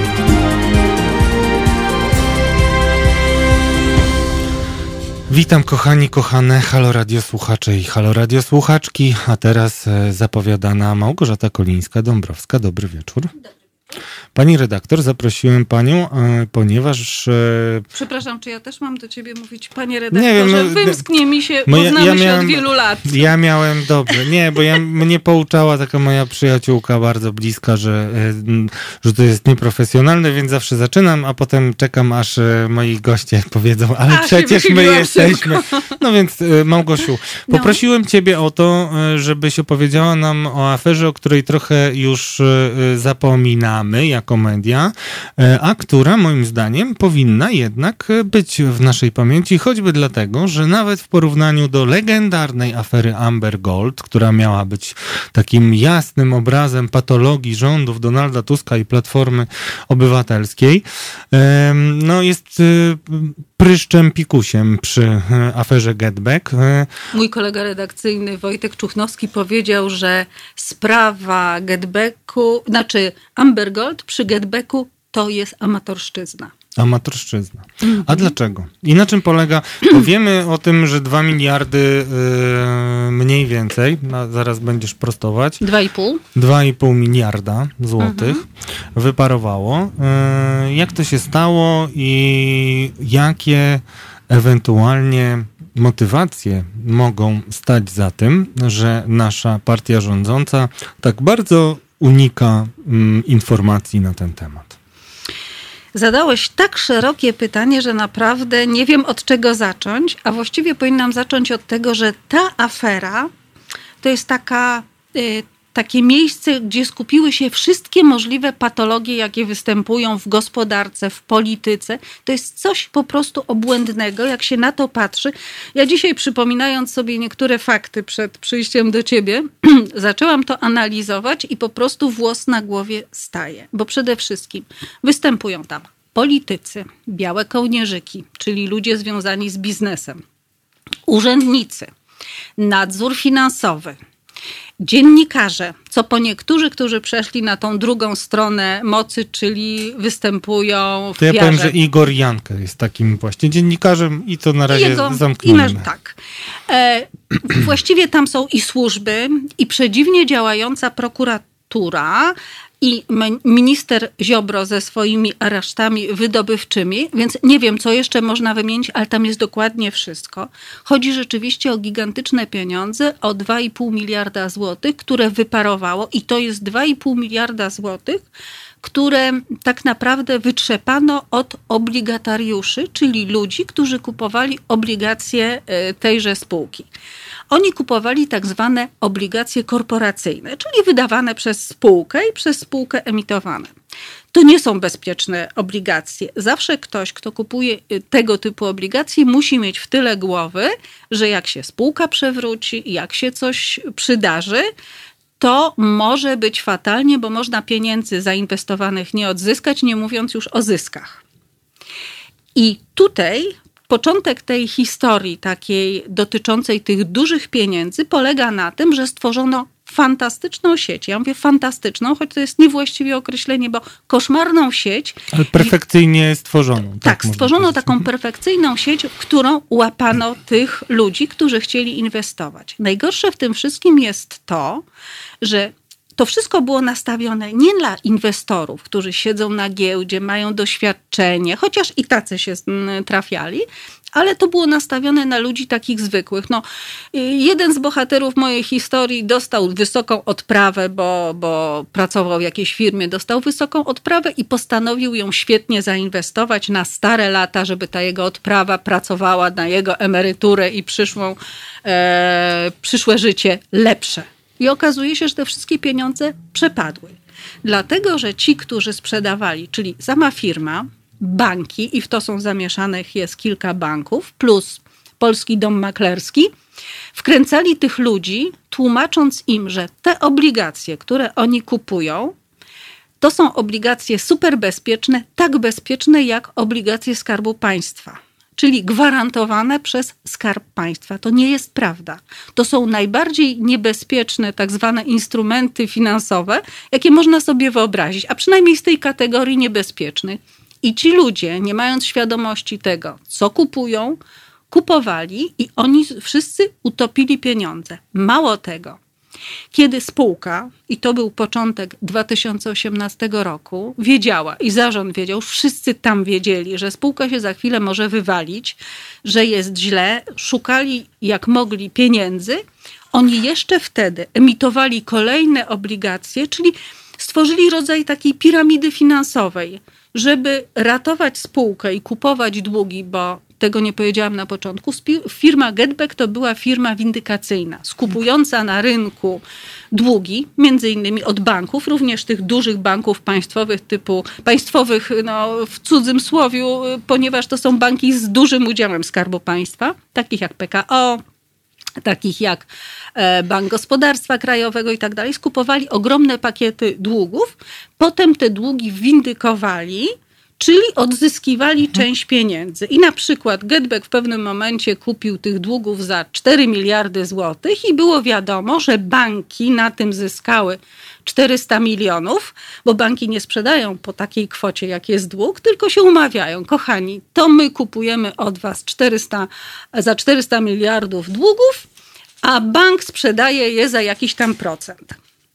S2: Witam kochani, kochane Halo Radio słuchacze i Halo Radio słuchaczki, a teraz e, zapowiadana Małgorzata Kolińska-Dąbrowska. Dobry wieczór. Pani redaktor, zaprosiłem panią, e, ponieważ... E,
S6: Przepraszam, czy ja też mam do ciebie mówić, panie redaktorze?
S2: Nie wiem, no,
S6: Wymsknie mi się,
S2: no
S6: bo
S2: ja-
S6: znamy
S2: ja
S6: się
S2: miałem-
S6: od wielu lat.
S2: Ja miałem dobrze. Nie, bo ja, mnie pouczała taka moja przyjaciółka bardzo bliska, że, e, że to jest nieprofesjonalne, więc zawsze zaczynam, a potem czekam, aż e, moi goście powiedzą, ale
S6: A, się
S2: przecież my
S6: wychyliłam
S2: jesteśmy. No więc e, Małgosiu,
S6: No.
S2: poprosiłem ciebie o to, e, żebyś opowiedziała nam o aferze, o której trochę już e, zapominamy. mamy jako media, a która moim zdaniem powinna jednak być w naszej pamięci, choćby dlatego, że nawet w porównaniu do legendarnej afery Amber Gold, która miała być takim jasnym obrazem patologii rządów Donalda Tuska i Platformy Obywatelskiej, no jest pryszczem pikusiem przy aferze Getback.
S6: Mój kolega redakcyjny Wojtek Czuchnowski powiedział, że sprawa Getbacku, znaczy Amber Gold przy Getbacku to jest amatorszczyzna.
S2: Amatorszczyzna. A dlaczego? I na czym polega? Bo wiemy o tym, że dwa miliardy yy, mniej więcej, no, zaraz będziesz prostować.
S6: Dwa i pół?
S2: Dwa i pół miliarda złotych mhm. wyparowało. Yy, jak to się stało i jakie ewentualnie motywacje mogą stać za tym, że nasza partia rządząca tak bardzo unika mm, informacji na ten temat?
S6: Zadałeś tak szerokie pytanie, że naprawdę nie wiem od czego zacząć, a właściwie powinnam zacząć od tego, że ta afera to jest taka, y, takie miejsce, gdzie skupiły się wszystkie możliwe patologie, jakie występują w gospodarce, w polityce. To jest coś po prostu obłędnego, jak się na to patrzy. Ja dzisiaj, przypominając sobie niektóre fakty przed przyjściem do ciebie, zaczęłam to analizować i po prostu włos na głowie staje. Bo przede wszystkim występują tam politycy, białe kołnierzyki, czyli ludzie związani z biznesem, urzędnicy, nadzór finansowy, dziennikarze, co po niektórzy, którzy przeszli na tą drugą stronę mocy, czyli występują w
S2: To ja
S6: piarze.
S2: powiem, że Igor Jankę jest takim właśnie dziennikarzem i to na razie
S6: Jego,
S2: zamkniemy.
S6: I na, tak. E, właściwie tam są i służby, i przedziwnie działająca prokuratura, i minister Ziobro ze swoimi aresztami wydobywczymi, więc nie wiem, co jeszcze można wymienić, ale tam jest dokładnie wszystko. Chodzi rzeczywiście o gigantyczne pieniądze, o dwa i pół miliarda złotych, które wyparowało i to jest dwa i pół miliarda złotych, które tak naprawdę wytrzepano od obligatariuszy, czyli ludzi, którzy kupowali obligacje tejże spółki. Oni kupowali tak zwane obligacje korporacyjne, czyli wydawane przez spółkę i przez spółkę emitowane. To nie są bezpieczne obligacje. Zawsze ktoś, kto kupuje tego typu obligacje, musi mieć w tyle głowy, że jak się spółka przewróci, jak się coś przydarzy, to może być fatalnie, bo można pieniędzy zainwestowanych nie odzyskać, nie mówiąc już o zyskach. I tutaj początek tej historii takiej dotyczącej tych dużych pieniędzy polega na tym, że stworzono fantastyczną sieć. Ja mówię fantastyczną, choć to jest niewłaściwe określenie, bo koszmarną sieć.
S2: Ale perfekcyjnie stworzoną. Tak,
S6: tak stworzono taką perfekcyjną sieć, w którą łapano tych ludzi, którzy chcieli inwestować. Najgorsze w tym wszystkim jest to, że to wszystko było nastawione nie dla inwestorów, którzy siedzą na giełdzie, mają doświadczenie, chociaż i tacy się trafiali, ale to było nastawione na ludzi takich zwykłych. No, jeden z bohaterów mojej historii dostał wysoką odprawę, bo, bo pracował w jakiejś firmie, dostał wysoką odprawę i postanowił ją świetnie zainwestować na stare lata, żeby ta jego odprawa pracowała na jego emeryturę i przyszłą, e, przyszłe życie lepsze. I okazuje się, że te wszystkie pieniądze przepadły. Dlatego, że ci, którzy sprzedawali, czyli sama firma, banki, i w to są zamieszanych jest kilka banków, plus Polski Dom Maklerski, wkręcali tych ludzi, tłumacząc im, że te obligacje, które oni kupują, to są obligacje super bezpieczne, tak bezpieczne jak obligacje Skarbu Państwa. Czyli gwarantowane przez Skarb Państwa. To nie jest prawda. To są najbardziej niebezpieczne tak zwane instrumenty finansowe, jakie można sobie wyobrazić, a przynajmniej z tej kategorii niebezpiecznych. I ci ludzie, nie mając świadomości tego, co kupują, kupowali i oni wszyscy utopili pieniądze. Mało tego. Kiedy spółka, i to był początek dwa tysiące osiemnastego roku, wiedziała i zarząd wiedział, wszyscy tam wiedzieli, że spółka się za chwilę może wywalić, że jest źle, szukali jak mogli pieniędzy, oni jeszcze wtedy emitowali kolejne obligacje, czyli stworzyli rodzaj takiej piramidy finansowej, żeby ratować spółkę i kupować długi, bo tego nie powiedziałam na początku, firma GetBack to była firma windykacyjna, skupująca na rynku długi, między innymi od banków, również tych dużych banków państwowych typu, państwowych no, w cudzym słowiu, ponieważ to są banki z dużym udziałem Skarbu Państwa, takich jak P K O, takich jak Bank Gospodarstwa Krajowego i tak dalej, skupowali ogromne pakiety długów, potem te długi windykowali, czyli odzyskiwali mhm. część pieniędzy. I na przykład GetBack w pewnym momencie kupił tych długów za cztery miliardy złotych i było wiadomo, że banki na tym zyskały czterysta milionów, bo banki nie sprzedają po takiej kwocie, jak jest dług, tylko się umawiają. Kochani, to my kupujemy od was czterysta, za czterysta miliardów długów, a bank sprzedaje je za jakiś tam procent.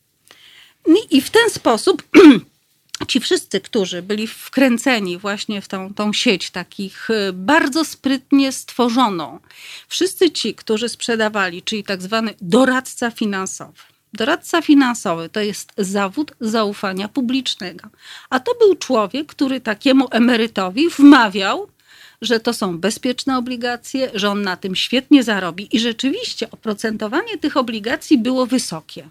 S6: I w ten sposób ci wszyscy, którzy byli wkręceni właśnie w tą, tą sieć takich bardzo sprytnie stworzoną, wszyscy ci, którzy sprzedawali, czyli tak zwany doradca finansowy. Doradca finansowy to jest zawód zaufania publicznego. A to był człowiek, który takiemu emerytowi wmawiał, że to są bezpieczne obligacje, że on na tym świetnie zarobi. I rzeczywiście oprocentowanie tych obligacji było wysokie.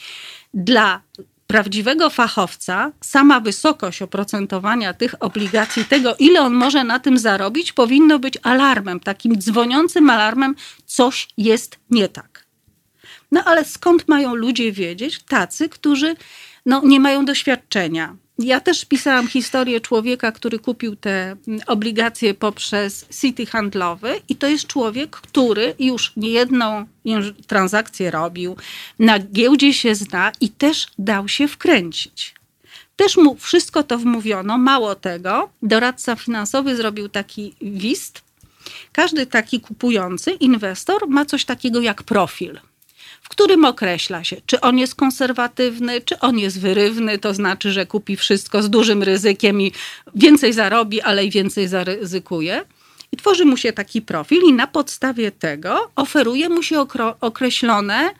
S6: Dla prawdziwego fachowca sama wysokość oprocentowania tych obligacji, tego ile on może na tym zarobić, powinno być alarmem, takim dzwoniącym alarmem, coś jest nie tak. No ale skąd mają ludzie wiedzieć? Tacy, którzy no, nie mają doświadczenia. Ja też pisałam historię człowieka, który kupił te obligacje poprzez City handlowy i to jest człowiek, który już niejedną transakcję robił, na giełdzie się zna i też dał się wkręcić. Też mu wszystko to wmówiono. Mało tego, doradca finansowy zrobił taki list. Każdy taki kupujący inwestor ma coś takiego jak profil, w którym określa się, czy on jest konserwatywny, czy on jest wyrywny, to znaczy, że kupi wszystko z dużym ryzykiem i więcej zarobi, ale i więcej zaryzykuje. I tworzy mu się taki profil i na podstawie tego oferuje mu się okro- określone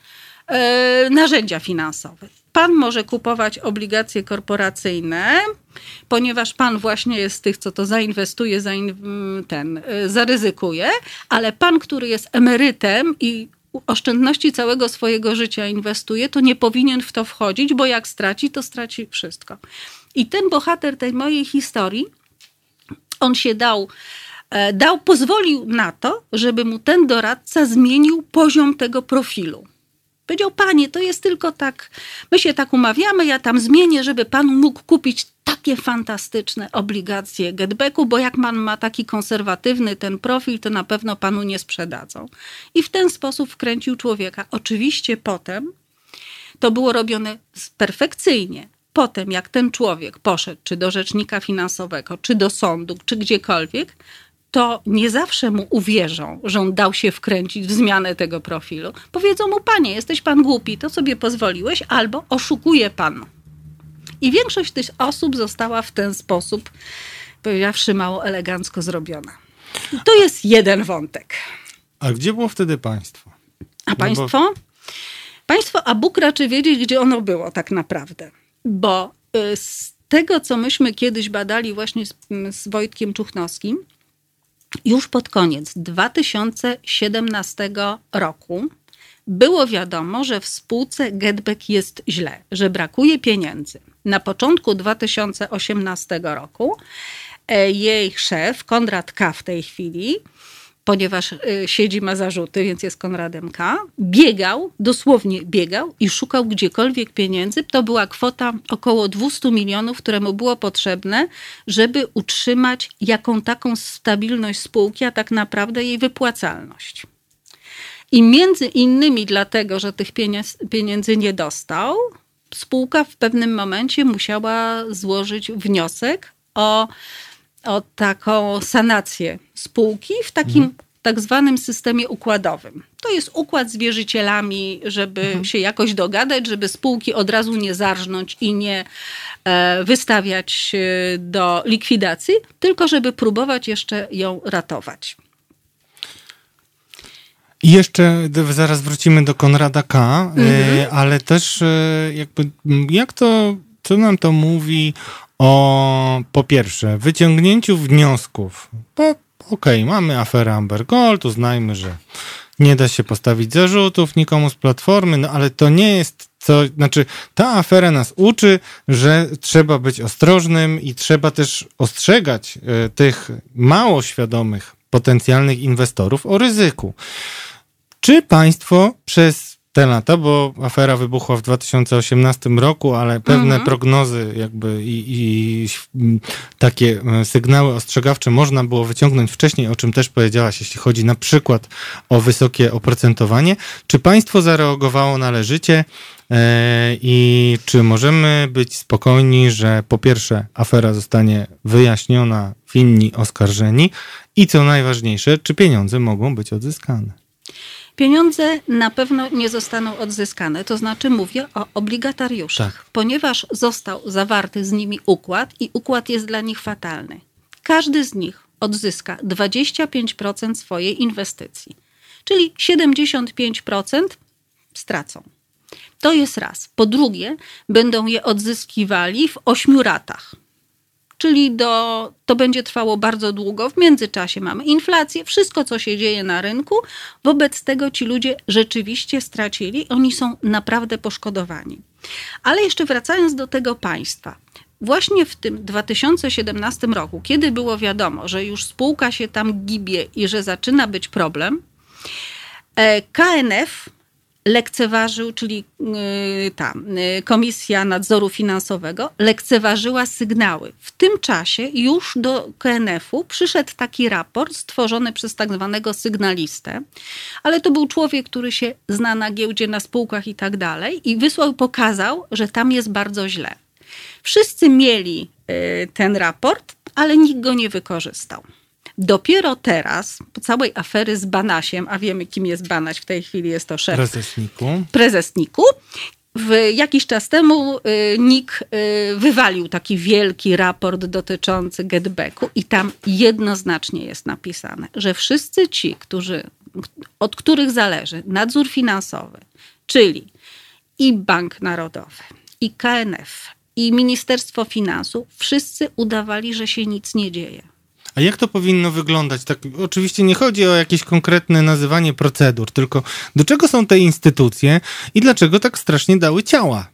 S6: e, narzędzia finansowe. Pan może kupować obligacje korporacyjne, ponieważ pan właśnie jest z tych, co to zainwestuje, zain- ten, e, zaryzykuje, ale pan, który jest emerytem i oszczędności całego swojego życia inwestuje, to nie powinien w to wchodzić, bo jak straci, to straci wszystko. I ten bohater tej mojej historii, on się dał, dał, pozwolił na to, żeby mu ten doradca zmienił poziom tego profilu. Powiedział, panie, to jest tylko tak, my się tak umawiamy, ja tam zmienię, żeby pan mógł kupić takie fantastyczne obligacje GetBacku, bo jak pan ma taki konserwatywny ten profil, to na pewno panu nie sprzedadzą. I w ten sposób wkręcił człowieka. Oczywiście potem to było robione perfekcyjnie. Potem jak ten człowiek poszedł czy do rzecznika finansowego, czy do sądu, czy gdziekolwiek, to nie zawsze mu uwierzą, że on dał się wkręcić w zmianę tego profilu. Powiedzą mu, panie, jesteś pan głupi, to sobie pozwoliłeś, albo oszukuje pan. I większość tych osób została w ten sposób, powiedziawszy mało elegancko, zrobiona. I to jest jeden wątek.
S2: A gdzie było wtedy państwo?
S6: A państwo? No bo... Państwo, a Bóg raczy wiedzieć, gdzie ono było tak naprawdę. Bo z tego, co myśmy kiedyś badali właśnie z, z Wojtkiem Czuchnowskim, już pod koniec dwa tysiące siedemnastego roku było wiadomo, że w spółce GetBack jest źle, że brakuje pieniędzy. Na początku dwa tysiące osiemnastego roku jej szef, Konrad K. w tej chwili, ponieważ siedzi, ma zarzuty, więc jest Konradem K., biegał, dosłownie biegał i szukał gdziekolwiek pieniędzy. To była kwota około dwieście milionów, które mu było potrzebne, żeby utrzymać jaką taką stabilność spółki, a tak naprawdę jej wypłacalność. I między innymi dlatego, że tych pieniędzy nie dostał, spółka w pewnym momencie musiała złożyć wniosek o, o taką sanację spółki w takim mhm. tak zwanym systemie układowym. To jest układ z wierzycielami, żeby mhm. się jakoś dogadać, żeby spółki od razu nie zarżnąć i nie e, wystawiać do likwidacji, tylko żeby próbować jeszcze ją ratować.
S2: I jeszcze zaraz wrócimy do Konrada K., mhm. ale też jakby jak to, co nam to mówi o po pierwsze wyciągnięciu wniosków po okej, okay, mamy aferę Amber Gold, uznajmy, że nie da się postawić zarzutów nikomu z Platformy, no ale to nie jest co, znaczy ta afera nas uczy, że trzeba być ostrożnym i trzeba też ostrzegać y, tych mało świadomych potencjalnych inwestorów o ryzyku. Czy państwo przez te lata, bo afera wybuchła w dwa tysiące osiemnastym roku, ale pewne mhm. prognozy jakby i, i takie sygnały ostrzegawcze można było wyciągnąć wcześniej, o czym też powiedziałaś, jeśli chodzi na przykład o wysokie oprocentowanie. Czy państwo zareagowało należycie i czy możemy być spokojni, że po pierwsze afera zostanie wyjaśniona, winni oskarżeni i co najważniejsze, czy pieniądze mogą być odzyskane?
S6: Pieniądze na pewno nie zostaną odzyskane, to znaczy mówię o obligatariuszach, tak. Ponieważ został zawarty z nimi układ i układ jest dla nich fatalny. Każdy z nich odzyska dwadzieścia pięć procent swojej inwestycji, czyli siedemdziesiąt pięć procent stracą. To jest raz. Po drugie, będą je odzyskiwali w ośmiu ratach. Czyli do, to będzie trwało bardzo długo. W międzyczasie mamy inflację, wszystko, co się dzieje na rynku. Wobec tego ci ludzie rzeczywiście stracili. Oni są naprawdę poszkodowani. Ale jeszcze wracając do tego państwa. Właśnie w tym dwa tysiące siedemnastym roku, kiedy było wiadomo, że już spółka się tam gibie i że zaczyna być problem, K N F lekceważył, czyli ta Komisja Nadzoru Finansowego lekceważyła sygnały. W tym czasie już do K N F-u przyszedł taki raport stworzony przez tak zwanego sygnalistę, ale to był człowiek, który się zna na giełdzie, na spółkach i tak dalej i wysłał, pokazał, że tam jest bardzo źle. Wszyscy mieli ten raport, ale nikt go nie wykorzystał. Dopiero teraz, po całej afery z Banasiem, a wiemy, kim jest Banaś, w tej chwili jest to szef
S2: prezes NIK-u,
S6: prezes NIK-u, w jakiś czas temu N I K wywalił taki wielki raport dotyczący getbacku i tam jednoznacznie jest napisane, że wszyscy ci, którzy, od których zależy nadzór finansowy, czyli i Bank Narodowy, i K N F, i Ministerstwo Finansów, wszyscy udawali, że się nic nie dzieje.
S2: A jak to powinno wyglądać? Tak, oczywiście nie chodzi o jakieś konkretne nazywanie procedur, tylko do czego są te instytucje i dlaczego tak strasznie dały ciała?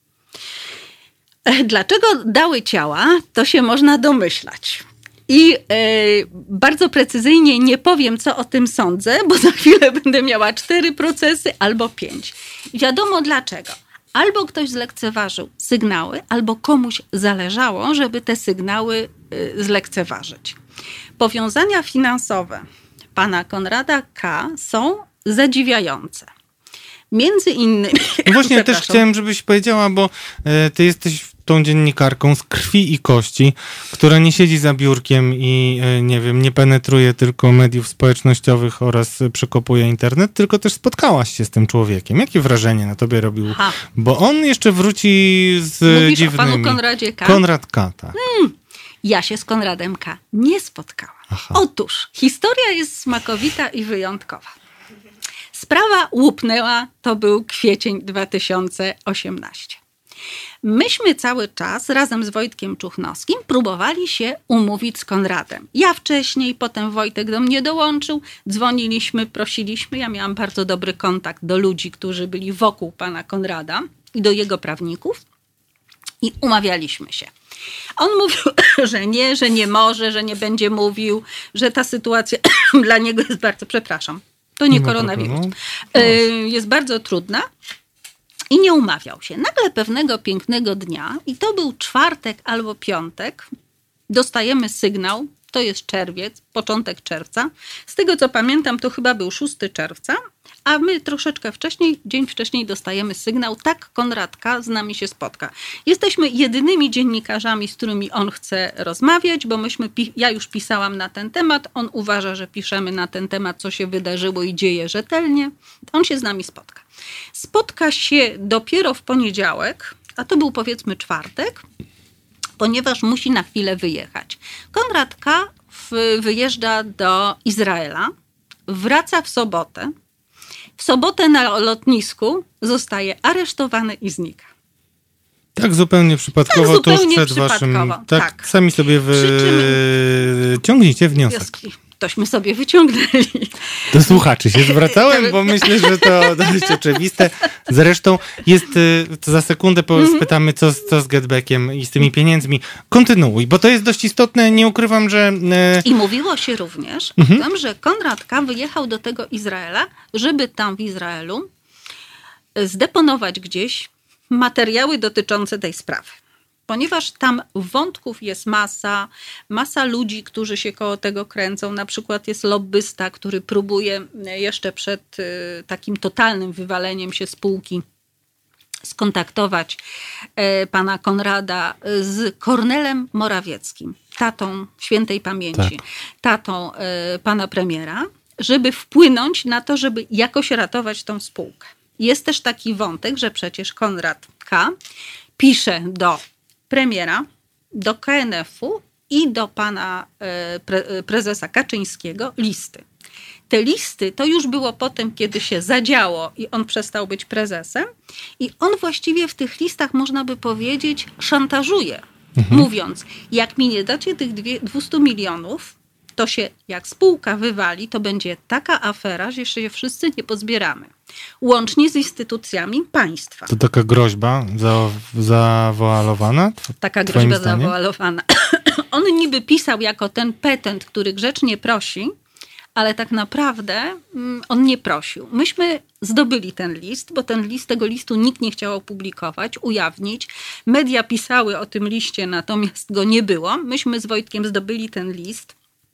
S6: Dlaczego dały ciała, to się można domyślać. I e, bardzo precyzyjnie nie powiem, co o tym sądzę, bo za chwilę będę miała cztery procesy albo pięć. Wiadomo dlaczego. Albo ktoś zlekceważył sygnały, albo komuś zależało, żeby te sygnały y, zlekceważyć. Powiązania finansowe pana Konrada K. są zadziwiające. Między innymi...
S2: No właśnie też chciałem, żebyś powiedziała, bo y, ty jesteś tą dziennikarką z krwi i kości, która nie siedzi za biurkiem i y, nie wiem, nie penetruje tylko mediów społecznościowych oraz przekopuje internet, tylko też spotkałaś się z tym człowiekiem. Jakie wrażenie na tobie robił? Aha. Bo on jeszcze wróci z
S6: Mówisz
S2: dziwnymi...
S6: o panu Konradzie K?
S2: Konrad K, tak.
S6: Hmm. Ja się z Konradem K. nie spotkałam. Aha. Otóż historia jest smakowita i wyjątkowa. Sprawa łupnęła, to był kwiecień dwa tysiące osiemnasty. Myśmy cały czas razem z Wojtkiem Czuchnowskim próbowali się umówić z Konradem. Ja wcześniej, potem Wojtek do mnie dołączył, dzwoniliśmy, prosiliśmy. Ja miałam bardzo dobry kontakt do ludzi, którzy byli wokół pana Konrada i do jego prawników i umawialiśmy się. On mówił, że nie, że nie może, że nie będzie mówił, że ta sytuacja dla niego jest bardzo, przepraszam, to nie, nie koronawirus, jest bardzo trudna. I nie umawiał się. Nagle pewnego pięknego dnia, i to był czwartek albo piątek, dostajemy sygnał, to jest czerwiec, początek czerwca. Z tego co pamiętam, to chyba był szóstego czerwca, a my troszeczkę wcześniej, dzień wcześniej dostajemy sygnał, tak, Konrad K. z nami się spotka. Jesteśmy jedynymi dziennikarzami, z którymi on chce rozmawiać, bo myśmy, ja już pisałam na ten temat, on uważa, że piszemy na ten temat, co się wydarzyło i dzieje rzetelnie. On się z nami spotka. Spotka się dopiero w poniedziałek, a to był powiedzmy czwartek, ponieważ musi na chwilę wyjechać. Konrad K. wyjeżdża do Izraela, wraca w sobotę. W sobotę na lotnisku zostaje aresztowany i znika.
S2: Tak zupełnie przypadkowo,
S6: tak, zupełnie
S2: tuż przed
S6: przypadkowo,
S2: waszym... Tak,
S6: tak,
S2: sami sobie wyciągnijcie wniosek.
S6: Wnioski. tośmy sobie wyciągnęli.
S2: Do słuchaczy się zwracałem, bo myślę, że to dość oczywiste. Zresztą jest, to za sekundę spytamy, co z, co z getbackiem i z tymi pieniędzmi. Kontynuuj, bo to jest dość istotne, nie ukrywam, że...
S6: I mówiło się również mhm. o tym, że Konrad K. wyjechał do tego Izraela, żeby tam w Izraelu zdeponować gdzieś materiały dotyczące tej sprawy. Ponieważ tam wątków jest masa, masa ludzi, którzy się koło tego kręcą. Na przykład jest lobbysta, który próbuje jeszcze przed takim totalnym wywaleniem się spółki skontaktować pana Konrada z Kornelem Morawieckim, tatą świętej pamięci, tak. tatą pana premiera, żeby wpłynąć na to, żeby jakoś ratować tą spółkę. Jest też taki wątek, że przecież Konrad K. pisze do premiera, do K N F-u i do pana pre- prezesa Kaczyńskiego listy. Te listy to już było potem, kiedy się zadziało i on przestał być prezesem. I on właściwie w tych listach, można by powiedzieć, szantażuje, mhm. mówiąc, jak mi nie dacie tych dwieście milionów, to się jak spółka wywali, to będzie taka afera, że jeszcze się wszyscy nie pozbieramy. Łącznie z instytucjami państwa.
S2: To taka groźba za, zawoalowana?
S6: Taka groźba zawoalowana. On niby pisał jako ten petent, który grzecznie prosi, ale tak naprawdę on nie prosił. Myśmy zdobyli ten list, bo ten list, tego listu nikt nie chciał opublikować, ujawnić. Media pisały o tym liście, natomiast go nie było. Myśmy z Wojtkiem zdobyli ten list,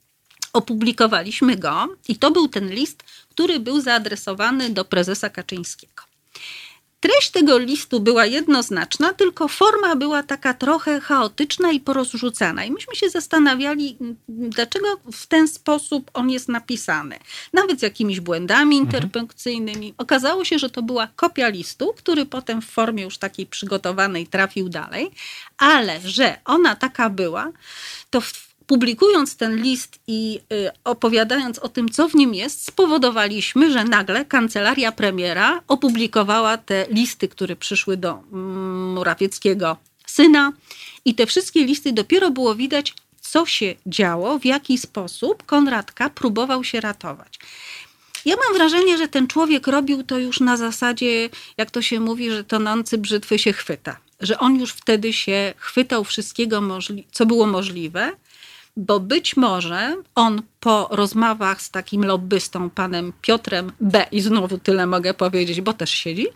S6: opublikowaliśmy go i to był ten list, który był zaadresowany do prezesa Kaczyńskiego. Treść tego listu była jednoznaczna, tylko forma była taka trochę chaotyczna i porozrzucana. I myśmy się zastanawiali, dlaczego w ten sposób on jest napisany. Nawet z jakimiś błędami interpunkcyjnymi. Okazało się, że to była kopia listu, który potem w formie już takiej przygotowanej trafił dalej, ale że ona taka była, to w publikując ten list i y, opowiadając o tym, co w nim jest, spowodowaliśmy, że nagle kancelaria premiera opublikowała te listy, które przyszły do mm, Morawieckiego syna i te wszystkie listy dopiero było widać, co się działo, w jaki sposób Konrad K. próbował się ratować. Ja mam wrażenie, że ten człowiek robił to już na zasadzie, jak to się mówi, że tonący brzytwy się chwyta. Że on już wtedy się chwytał wszystkiego, możli- co było możliwe, bo być może on po rozmowach z takim lobbystą, panem Piotrem B., i znowu tyle mogę powiedzieć, bo też siedzi,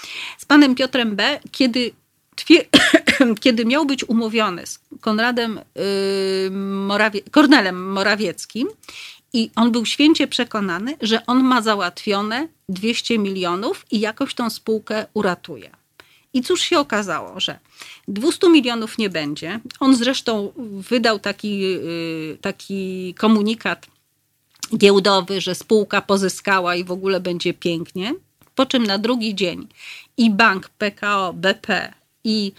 S6: z panem Piotrem B., kiedy, twie, kiedy miał być umówiony z Konradem yy, Morawie, Kornelem Morawieckim i on był święcie przekonany, że on ma załatwione dwieście milionów i jakoś tą spółkę uratuje. I cóż się okazało, że dwieście milionów nie będzie. On zresztą wydał taki, taki komunikat giełdowy, że spółka pozyskała i w ogóle będzie pięknie. Po czym na drugi dzień i bank P K O B P i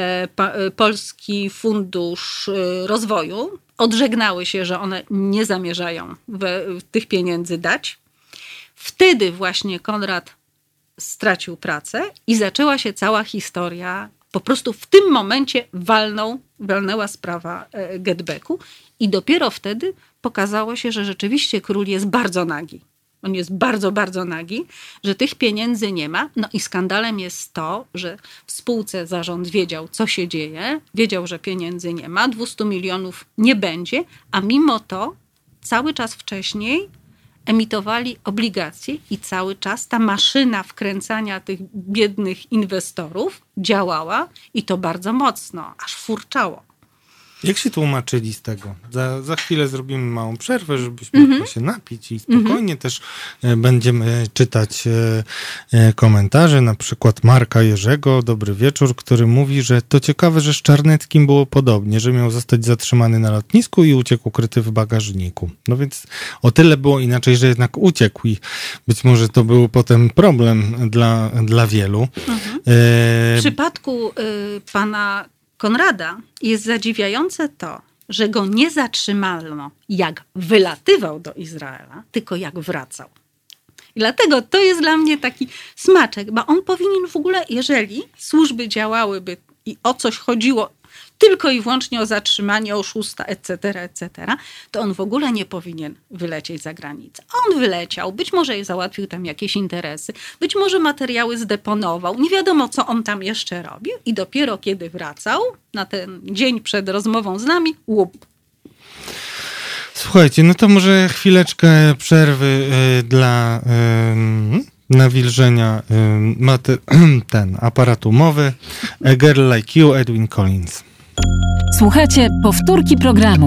S6: Polski Fundusz Rozwoju odżegnały się, że one nie zamierzają tych pieniędzy dać. Wtedy właśnie Konrad stracił pracę i zaczęła się cała historia. Po prostu w tym momencie walnął, walnęła sprawa getbacku i dopiero wtedy pokazało się, że rzeczywiście król jest bardzo nagi. On jest bardzo, bardzo nagi, że tych pieniędzy nie ma. No i skandalem jest to, że w spółce zarząd wiedział, co się dzieje, wiedział, że pieniędzy nie ma, dwieście milionów nie będzie, a mimo to cały czas wcześniej emitowali obligacje i cały czas ta maszyna wkręcania tych biednych inwestorów działała i to bardzo mocno, aż furczało.
S2: Jak się tłumaczyli z tego? Za, za chwilę zrobimy małą przerwę, żebyśmy mm-hmm. mogli się napić i spokojnie mm-hmm. też e, będziemy czytać e, e, komentarze, na przykład Marka Jerzego, dobry wieczór, który mówi, że to ciekawe, że z Czarneckim było podobnie, że miał zostać zatrzymany na lotnisku i uciekł ukryty w bagażniku. No więc o tyle było inaczej, że jednak uciekł i być może to był potem problem dla, dla wielu. Mm-hmm. E...
S6: W przypadku y, pana Konrada jest zadziwiające to, że go nie zatrzymano, jak wylatywał do Izraela, tylko jak wracał. I dlatego to jest dla mnie taki smaczek, bo on powinien w ogóle, jeżeli służby działałyby i o coś chodziło, tylko i wyłącznie o zatrzymanie oszusta, et cetera, et cetera, to on w ogóle nie powinien wylecieć za granicę. On wyleciał, być może załatwił tam jakieś interesy, być może materiały zdeponował, nie wiadomo, co on tam jeszcze robił i dopiero kiedy wracał na ten dzień przed rozmową z nami, łup.
S2: Słuchajcie, no to może chwileczkę przerwy y, dla y, nawilżenia y, mater- ten aparatu mowy. A Girl Like You, Edwin Collins.
S1: Słuchajcie powtórki programu.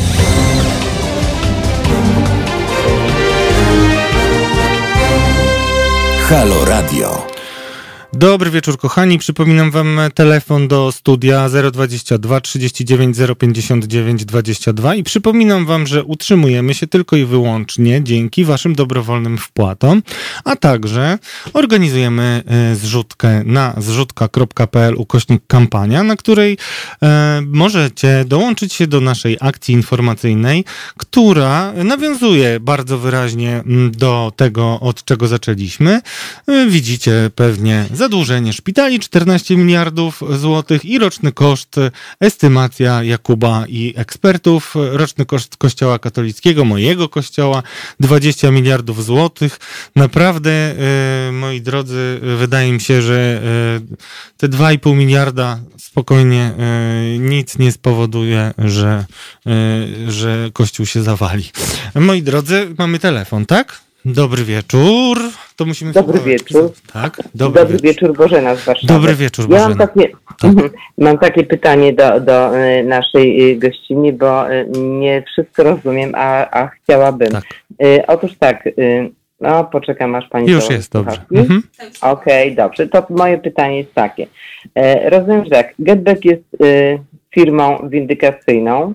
S3: Halo Radio.
S2: Dobry wieczór, kochani. Przypominam wam telefon do studia zero dwadzieścia dwa trzydzieści dziewięć zero pięćdziesiąt dziewięć dwadzieścia dwa i przypominam wam, że utrzymujemy się tylko i wyłącznie dzięki waszym dobrowolnym wpłatom, a także organizujemy zrzutkę na zrzutka kropka p l ukośnik kampania, na której e, możecie dołączyć się do naszej akcji informacyjnej, która nawiązuje bardzo wyraźnie do tego, od czego zaczęliśmy. Widzicie pewnie zadłużenie szpitali czternaście miliardów złotych i roczny koszt, estymacja Jakuba i ekspertów, roczny koszt Kościoła katolickiego, mojego kościoła, dwadzieścia miliardów złotych. Naprawdę, e, moi drodzy, wydaje mi się, że e, te dwa i pół miliarda spokojnie e, nic nie spowoduje, że, e, że Kościół się zawali. Moi drodzy, mamy telefon, tak? Dobry wieczór. To musimy
S7: Dobry wieczór.
S2: Tak? Dobry,
S7: Dobry wieczór. wieczór, Bożena z Warszawy.
S2: Dobry wieczór, Bożena.
S7: Ja mam takie, tak. mam takie pytanie do, do naszej gościni, bo nie wszystko rozumiem, a, a chciałabym. Tak. Otóż tak, no poczekam aż pani...
S2: Już jest, dobrze. Mhm.
S7: Okej, okay, dobrze. To moje pytanie jest takie. Rozumiem, że tak, GetBack jest firmą windykacyjną.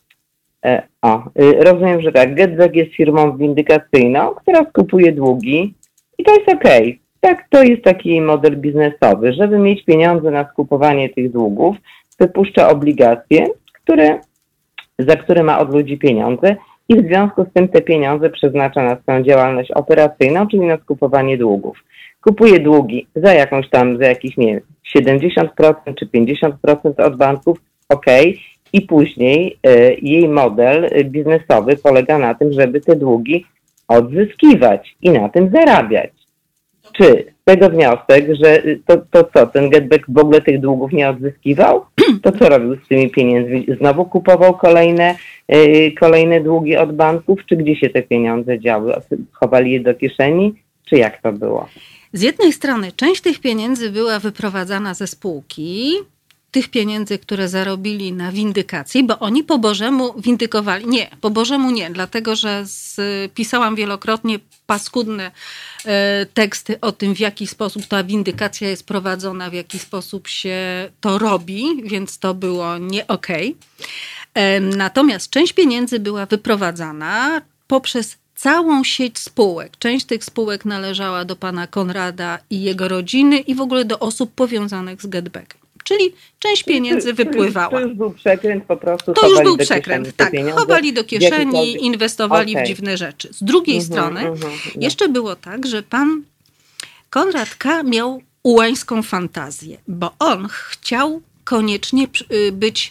S7: O, rozumiem, że tak, GetBack jest firmą windykacyjną, która skupuje długi i to jest okej. Okay. Tak, to jest taki model biznesowy. Żeby mieć pieniądze na skupowanie tych długów, wypuszcza obligacje, które, za które ma od ludzi pieniądze i w związku z tym te pieniądze przeznacza na swoją działalność operacyjną, czyli na skupowanie długów. Kupuje długi za jakąś tam, za jakieś, nie wiem, siedemdziesiąt procent czy pięćdziesiąt procent od banków, okej. Okay. I później y, jej model biznesowy polega na tym, żeby te długi odzyskiwać i na tym zarabiać. Czy z tego wniosek, że to, to co, ten GetBack w ogóle tych długów nie odzyskiwał? To co robił z tymi pieniędzmi? Znowu kupował kolejne, y, kolejne długi od banków? Czy gdzie się te pieniądze działy? Chowali je do kieszeni? Czy jak to było?
S6: Z jednej strony część tych pieniędzy była wyprowadzana ze spółki, tych pieniędzy, które zarobili na windykacji, bo oni po Bożemu windykowali. Nie, po Bożemu nie, dlatego że z, pisałam wielokrotnie paskudne e, teksty o tym, w jaki sposób ta windykacja jest prowadzona, w jaki sposób się to robi, więc to było nie okej. E, natomiast część pieniędzy była wyprowadzana poprzez całą sieć spółek. Część tych spółek należała do pana Konrada i jego rodziny i w ogóle do osób powiązanych z GetBackiem. Czyli część pieniędzy wypływała.
S7: To już był przekręt po prostu.
S6: To już był przekręt, tak. Chowali do kieszeni, inwestowali okay. w dziwne rzeczy. Z drugiej mm-hmm, strony mm-hmm, jeszcze było tak, że pan Konrad K. miał ułańską fantazję, bo on chciał koniecznie być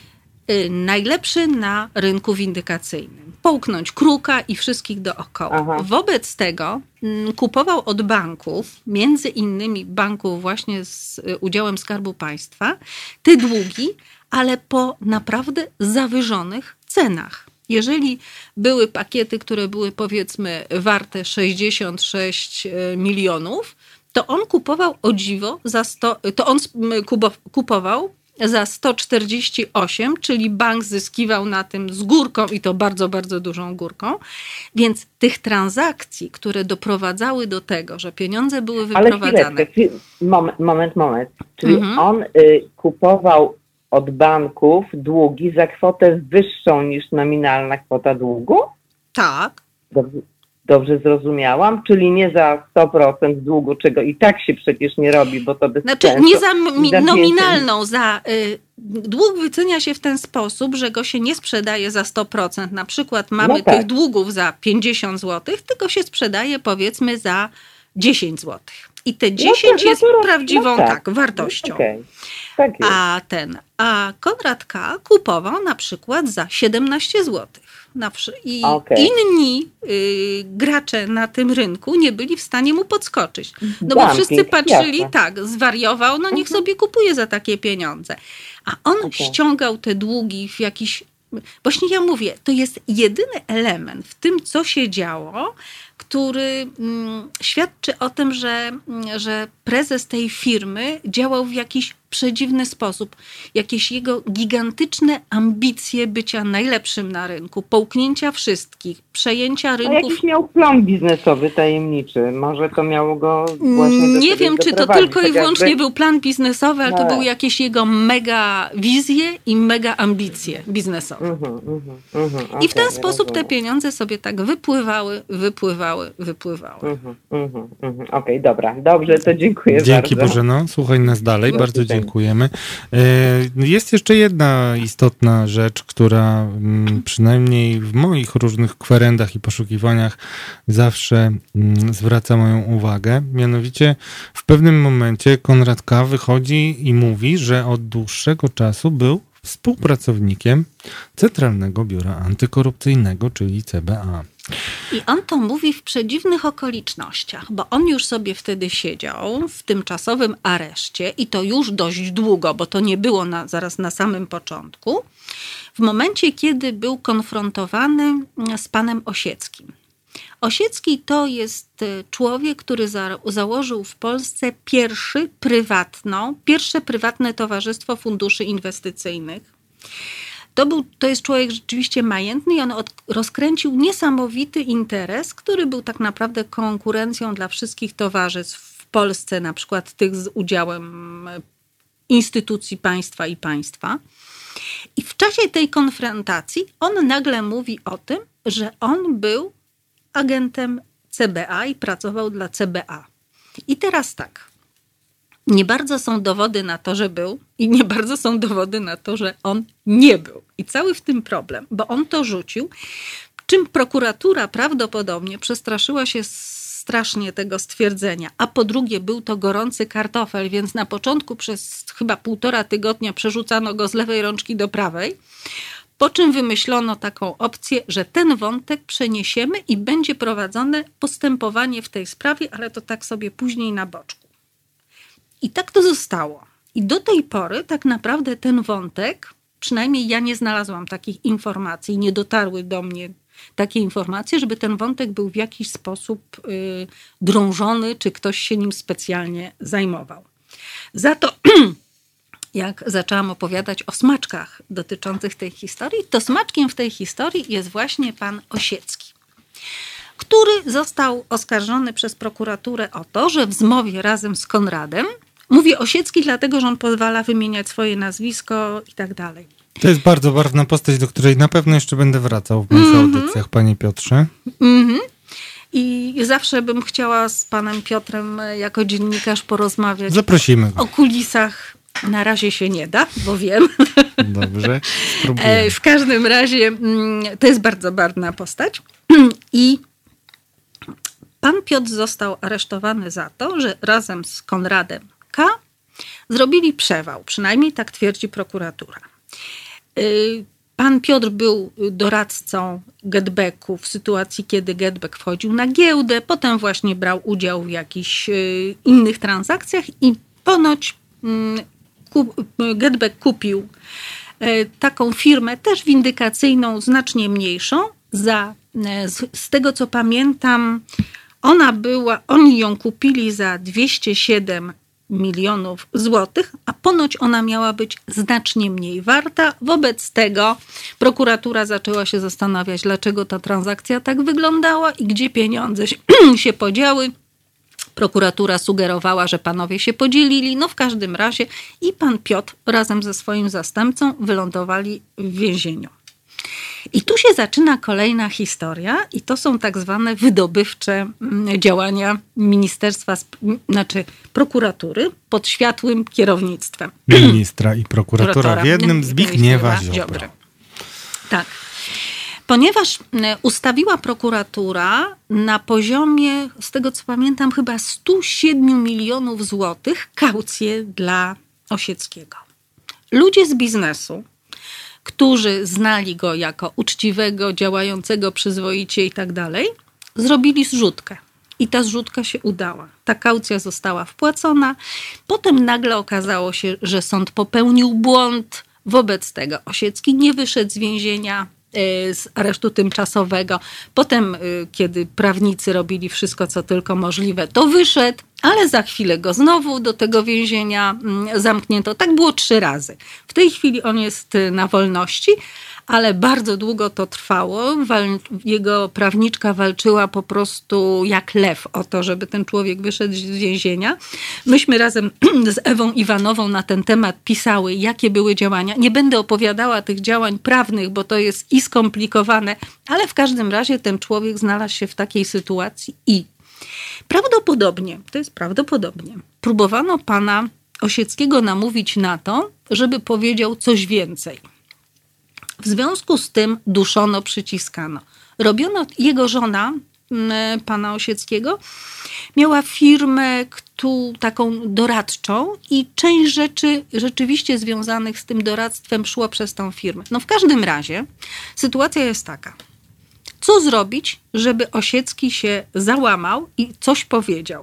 S6: najlepszy na rynku windykacyjnym. Połknąć kruka i wszystkich dookoła. Aha. Wobec tego kupował od banków, między innymi banków właśnie z udziałem Skarbu Państwa, te długi, ale po naprawdę zawyżonych cenach. Jeżeli były pakiety, które były powiedzmy warte sześćdziesiąt sześć milionów, to on kupował o dziwo za sto, to on kupował za sto czterdzieści osiem, czyli bank zyskiwał na tym z górką i to bardzo, bardzo dużą górką. Więc tych transakcji, które doprowadzały do tego, że pieniądze były wyprowadzane...
S7: Ale chwileczkę, moment, moment, moment. Czyli mhm. on y, kupował od banków długi za kwotę wyższą niż nominalna kwota długu?
S6: Tak.
S7: Dobrze, dobrze zrozumiałam? Czyli nie za sto procent długu, czego i tak się przecież nie robi, bo to bez
S6: Znaczy
S7: sensu.
S6: nie za mi, nominalną, za y, dług wycenia się w ten sposób, że go się nie sprzedaje za sto procent. Na przykład mamy no tak. tych długów za pięćdziesiąt złotych, tylko się sprzedaje powiedzmy za dziesięć złotych. I te dziesięć
S7: no
S6: jest
S7: to,
S6: prawdziwą
S7: no tak.
S6: tak, wartością.
S7: Okay. Tak jest.
S6: A ten, a Konrad K. kupował na przykład za siedemnaście złotych. Na wszy- I
S7: Okay.
S6: inni y, gracze na tym rynku nie byli w stanie mu podskoczyć. No bo
S7: Dumping,
S6: wszyscy patrzyli,
S7: jasne.
S6: tak, zwariował, no niech
S7: Mhm.
S6: sobie kupuje za takie pieniądze. A on
S7: Okay.
S6: ściągał te długi w jakiś... Właśnie ja mówię, to jest jedyny element w tym, co się działo, który mm, świadczy o tym, że, że prezes tej firmy działał w jakiś przedziwny sposób. Jakieś jego gigantyczne ambicje bycia najlepszym na rynku, połknięcia wszystkich, przejęcia
S7: No
S6: rynków.
S7: jakiś miał plan biznesowy tajemniczy. Może to miało go właśnie do
S6: Nie
S7: tego
S6: wiem, czy to
S7: doprowadzić.
S6: tylko i
S7: Tak jakby-
S6: wyłącznie był plan biznesowy, ale to
S7: No.
S6: były jakieś jego mega wizje i mega ambicje biznesowe.
S7: Mhm, mhm, mhm.
S6: I w ten
S7: Okej,
S6: sposób te
S7: rozumiem.
S6: pieniądze sobie tak wypływały, wypływały, wypływały.
S7: Mhm, mhm, mhm. Okej, dobra. Dobrze, to dziękuję
S2: Dzięki
S7: bardzo.
S2: Bożeno, słuchaj nas dalej,
S7: Do
S2: bardzo
S7: widzenia.
S2: dziękujemy. E, Jest jeszcze jedna istotna rzecz, która mm, przynajmniej w moich różnych kwerendach i poszukiwaniach zawsze mm, zwraca moją uwagę. Mianowicie w pewnym momencie Konrad K. wychodzi i mówi, że od dłuższego czasu był współpracownikiem Centralnego Biura Antykorupcyjnego, czyli C B A.
S6: I on to mówi w przedziwnych okolicznościach, bo on już sobie wtedy siedział w tymczasowym areszcie i to już dość długo, bo to nie było na, zaraz na samym początku, w momencie, kiedy był konfrontowany z panem Osieckim. Osiecki to jest człowiek, który za, założył w Polsce pierwszy prywatną, pierwsze prywatne towarzystwo funduszy inwestycyjnych. To, był, to jest człowiek rzeczywiście majętny i on od, rozkręcił niesamowity interes, który był tak naprawdę konkurencją dla wszystkich towarzystw w Polsce, na przykład tych z udziałem instytucji państwa i państwa. I w czasie tej konfrontacji on nagle mówi o tym, że on był agentem C B A i pracował dla C B A. I teraz tak. Nie bardzo są dowody na to, że był i nie bardzo są dowody na to, że on nie był. I cały w tym problem, bo on to rzucił, czym prokuratura prawdopodobnie przestraszyła się strasznie tego stwierdzenia. A po drugie był to gorący kartofel, więc na początku przez chyba półtora tygodnia przerzucano go z lewej rączki do prawej, po czym wymyślono taką opcję, że ten wątek przeniesiemy i będzie prowadzone postępowanie w tej sprawie, ale to tak sobie później na boczku. I tak to zostało. I do tej pory tak naprawdę ten wątek, przynajmniej ja nie znalazłam takich informacji, nie dotarły do mnie takie informacje, żeby ten wątek był w jakiś sposób y, drążony, czy ktoś się nim specjalnie zajmował. Za to, jak zaczęłam opowiadać o smaczkach dotyczących tej historii, to smaczkiem w tej historii jest właśnie pan Osiecki, który został oskarżony przez prokuraturę o to, że w zmowie razem z Konradem, mówię Osiecki dlatego, że on pozwala wymieniać swoje nazwisko i tak dalej.
S2: To jest bardzo barwna postać, do której na pewno jeszcze będę wracał w moich mm-hmm. audycjach, panie Piotrze.
S6: Mm-hmm. I zawsze bym chciała z panem Piotrem jako dziennikarz porozmawiać.
S2: Zaprosimy go.
S6: O kulisach. Na razie się nie da, bo wiem.
S2: Dobrze, spróbujemy.
S6: W każdym razie to jest bardzo barwna postać. I pan Piotr został aresztowany za to, że razem z Konradem K. zrobili przewał. Przynajmniej tak twierdzi prokuratura. Pan Piotr był doradcą Getbacku w sytuacji, kiedy Getback wchodził na giełdę. Potem właśnie brał udział w jakichś innych transakcjach i ponoć Getback kupił taką firmę, też windykacyjną, znacznie mniejszą. Za, z tego co pamiętam, ona była, oni ją kupili za dwieście siedem milionów złotych, a ponoć ona miała być znacznie mniej warta. Wobec tego prokuratura zaczęła się zastanawiać, dlaczego ta transakcja tak wyglądała i gdzie pieniądze się podziały. Prokuratura sugerowała, że panowie się podzielili. No w każdym razie i pan Piotr razem ze swoim zastępcą wylądowali w więzieniu. I tu się zaczyna kolejna historia i to są tak zwane wydobywcze działania ministerstwa, znaczy prokuratury pod światłym kierownictwem.
S2: Ministra i prokuratora w jednym, Zbigniewa Ziobry.
S6: Tak. Ponieważ ustawiła prokuratura na poziomie, z tego co pamiętam, chyba sto siedem milionów złotych kaucję dla Osieckiego. Ludzie z biznesu, którzy znali go jako uczciwego, działającego przyzwoicie i tak dalej, zrobili zrzutkę. I ta zrzutka się udała. Ta kaucja została wpłacona. Potem nagle okazało się, że sąd popełnił błąd. Wobec tego Osiecki nie wyszedł z więzienia, z aresztu tymczasowego. Potem, kiedy prawnicy robili wszystko, co tylko możliwe, to wyszedł, ale za chwilę go znowu do tego więzienia zamknięto. Tak było trzy razy. W tej chwili on jest na wolności, ale bardzo długo to trwało. Jego prawniczka walczyła po prostu jak lew o to, żeby ten człowiek wyszedł z więzienia. Myśmy razem z Ewą Iwanową na ten temat pisały, jakie były działania. Nie będę opowiadała tych działań prawnych, bo to jest i skomplikowane, ale w każdym razie ten człowiek znalazł się w takiej sytuacji i prawdopodobnie, to jest prawdopodobnie, próbowano pana Osieckiego namówić na to, żeby powiedział coś więcej. W związku z tym duszono, przyciskano. Robiono, jego żona, pana Osieckiego, miała firmę tu, taką doradczą i część rzeczy rzeczywiście związanych z tym doradztwem szło przez tą firmę. No w każdym razie sytuacja jest taka. Co zrobić, żeby Osiecki się załamał i coś powiedział?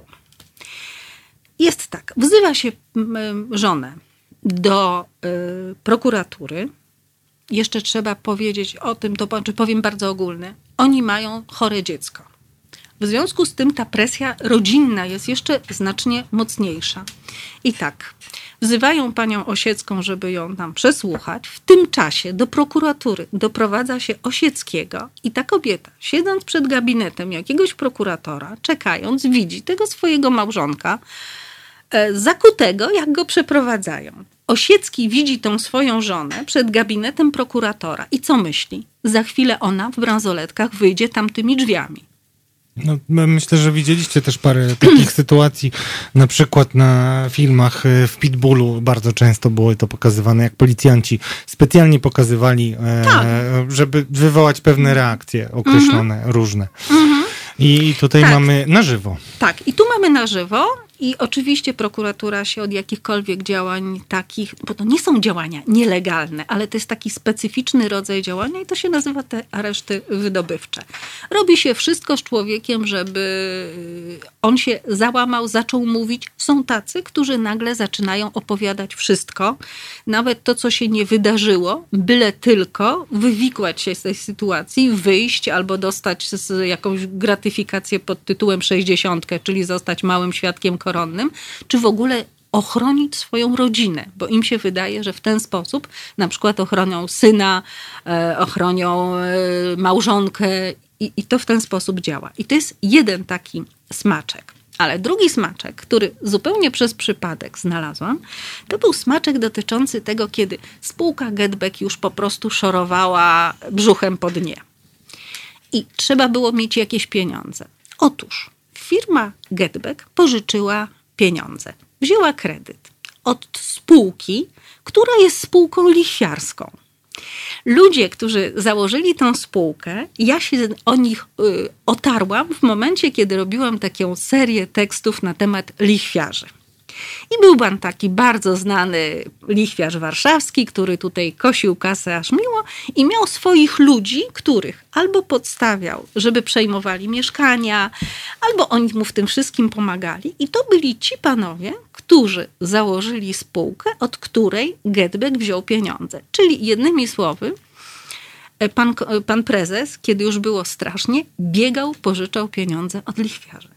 S6: Jest tak, wzywa się żonę do y, prokuratury. Jeszcze trzeba powiedzieć o tym, to czy powiem bardzo ogólnie. Oni mają chore dziecko. W związku z tym ta presja rodzinna jest jeszcze znacznie mocniejsza. I tak, wzywają panią Osiecką, żeby ją tam przesłuchać. W tym czasie do prokuratury doprowadza się Osieckiego i ta kobieta, siedząc przed gabinetem jakiegoś prokuratora, czekając, widzi tego swojego małżonka e, zakutego, jak go przeprowadzają. Osiecki widzi tą swoją żonę przed gabinetem prokuratora i co myśli? Za chwilę ona w bransoletkach wyjdzie tamtymi drzwiami.
S2: No, myślę, że widzieliście też parę takich sytuacji, na przykład na filmach w Pitbullu bardzo często było to pokazywane, jak policjanci specjalnie pokazywali, tak. e, żeby wywołać pewne reakcje określone, mhm. różne. Mhm. I tutaj tak. mamy na żywo.
S6: Tak, i tu mamy na żywo. I oczywiście prokuratura się od jakichkolwiek działań takich, bo to nie są działania nielegalne, ale to jest taki specyficzny rodzaj działania i to się nazywa te areszty wydobywcze. Robi się wszystko z człowiekiem, żeby on się załamał, zaczął mówić. Są tacy, którzy nagle zaczynają opowiadać wszystko, nawet to, co się nie wydarzyło, byle tylko wywikłać się z tej sytuacji, wyjść albo dostać z jakąś gratyfikację pod tytułem sześćdziesiątkę, czyli zostać małym świadkiem koronnym, czy w ogóle ochronić swoją rodzinę, bo im się wydaje, że w ten sposób na przykład ochronią syna, e, ochronią e, małżonkę i, i to w ten sposób działa. I to jest jeden taki smaczek. Ale drugi smaczek, który zupełnie przez przypadek znalazłam, to był smaczek dotyczący tego, kiedy spółka GetBack już po prostu szorowała brzuchem po dnie. I trzeba było mieć jakieś pieniądze. Otóż firma GetBack pożyczyła pieniądze. Wzięła kredyt od spółki, która jest spółką lichwiarską. Ludzie, którzy założyli tą spółkę, ja się o nich y, otarłam w momencie, kiedy robiłam taką serię tekstów na temat lichwiarzy. I był pan taki bardzo znany lichwiarz warszawski, który tutaj kosił kasę aż miło i miał swoich ludzi, których albo podstawiał, żeby przejmowali mieszkania, albo oni mu w tym wszystkim pomagali. I to byli ci panowie, którzy założyli spółkę, od której GetBack wziął pieniądze. Czyli jednymi słowy, pan, pan prezes, kiedy już było strasznie, biegał, pożyczał pieniądze od lichwiarzy.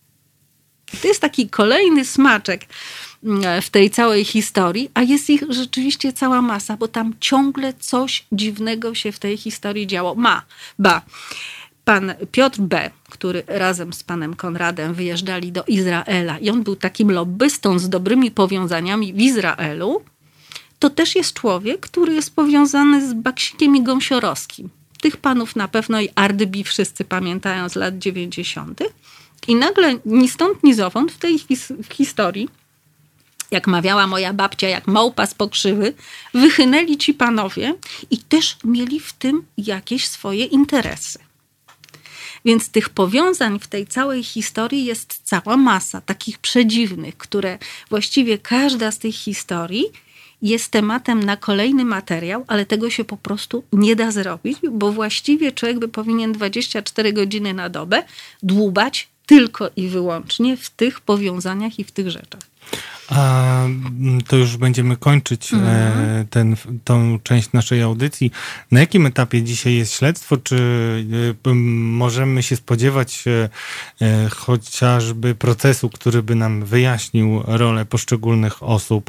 S6: To jest taki kolejny smaczek w tej całej historii, a jest ich rzeczywiście cała masa, bo tam ciągle coś dziwnego się w tej historii działo. Ma, ba, pan Piotr B., który razem z panem Konradem wyjeżdżali do Izraela i on był takim lobbystą z dobrymi powiązaniami w Izraelu, to też jest człowiek, który jest powiązany z Baksikiem i Gąsiorowskim. Tych panów na pewno i Ardbi wszyscy pamiętają z lat dziewięćdziesiątych. I nagle ni stąd, ni zowąd w tej his- w historii jak mawiała moja babcia, jak małpa z pokrzywy, wychynęli ci panowie i też mieli w tym jakieś swoje interesy. Więc tych powiązań w tej całej historii jest cała masa, takich przedziwnych, które właściwie każda z tych historii jest tematem na kolejny materiał, ale tego się po prostu nie da zrobić, bo właściwie człowiek by powinien dwadzieścia cztery godziny na dobę dłubać tylko i wyłącznie w tych powiązaniach i w tych rzeczach.
S2: A to już będziemy kończyć mhm. ten, tą część naszej audycji. Na jakim etapie dzisiaj jest śledztwo? Czy możemy się spodziewać chociażby procesu, który by nam wyjaśnił rolę poszczególnych osób?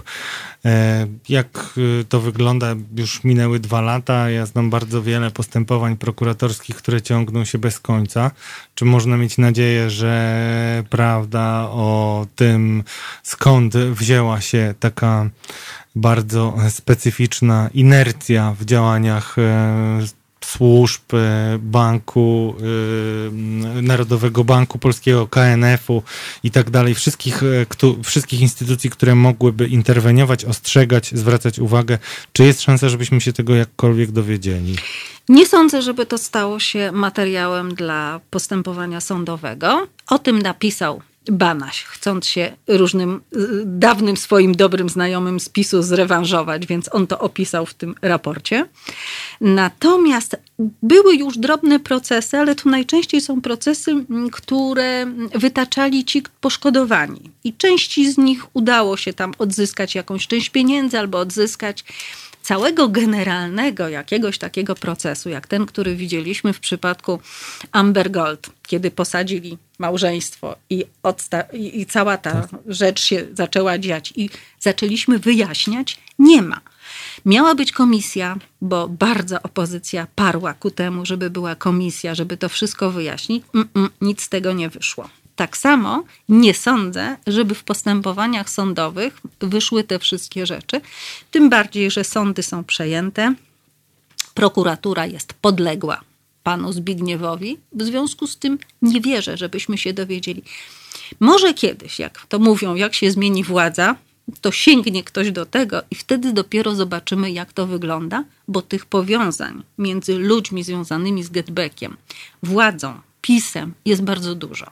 S2: Jak to wygląda? Już minęły dwa lata. Ja znam bardzo wiele postępowań prokuratorskich, które ciągną się bez końca. Czy można mieć nadzieję, że prawda o tym, skąd wzięła się taka bardzo specyficzna inercja w działaniach służb banku, Narodowego Banku Polskiego, K N F-u i tak dalej, wszystkich, wszystkich instytucji, które mogłyby interweniować, ostrzegać, zwracać uwagę. Czy jest szansa, żebyśmy się tego jakkolwiek dowiedzieli?
S6: Nie sądzę, żeby to stało się materiałem dla postępowania sądowego. O tym napisał Banaś, chcąc się różnym dawnym swoim dobrym znajomym z PiS-u zrewanżować, więc on to opisał w tym raporcie. Natomiast były już drobne procesy, ale tu najczęściej są procesy, które wytaczali ci poszkodowani. I części z nich udało się tam odzyskać jakąś część pieniędzy albo odzyskać całego generalnego jakiegoś takiego procesu, jak ten, który widzieliśmy w przypadku Amber Gold, kiedy posadzili małżeństwo i, odsta- i cała ta tak. rzecz się zaczęła dziać i zaczęliśmy wyjaśniać, nie ma. Miała być komisja, bo bardzo opozycja parła ku temu, żeby była komisja, żeby to wszystko wyjaśnić. Mm-mm, nic z tego nie wyszło. Tak samo nie sądzę, żeby w postępowaniach sądowych wyszły te wszystkie rzeczy. Tym bardziej, że sądy są przejęte. Prokuratura jest podległa panu Zbigniewowi. W związku z tym nie wierzę, żebyśmy się dowiedzieli. Może kiedyś, jak to mówią, jak się zmieni władza, to sięgnie ktoś do tego i wtedy dopiero zobaczymy, jak to wygląda, bo tych powiązań między ludźmi związanymi z getbackiem, władzą, PiS-em jest bardzo dużo.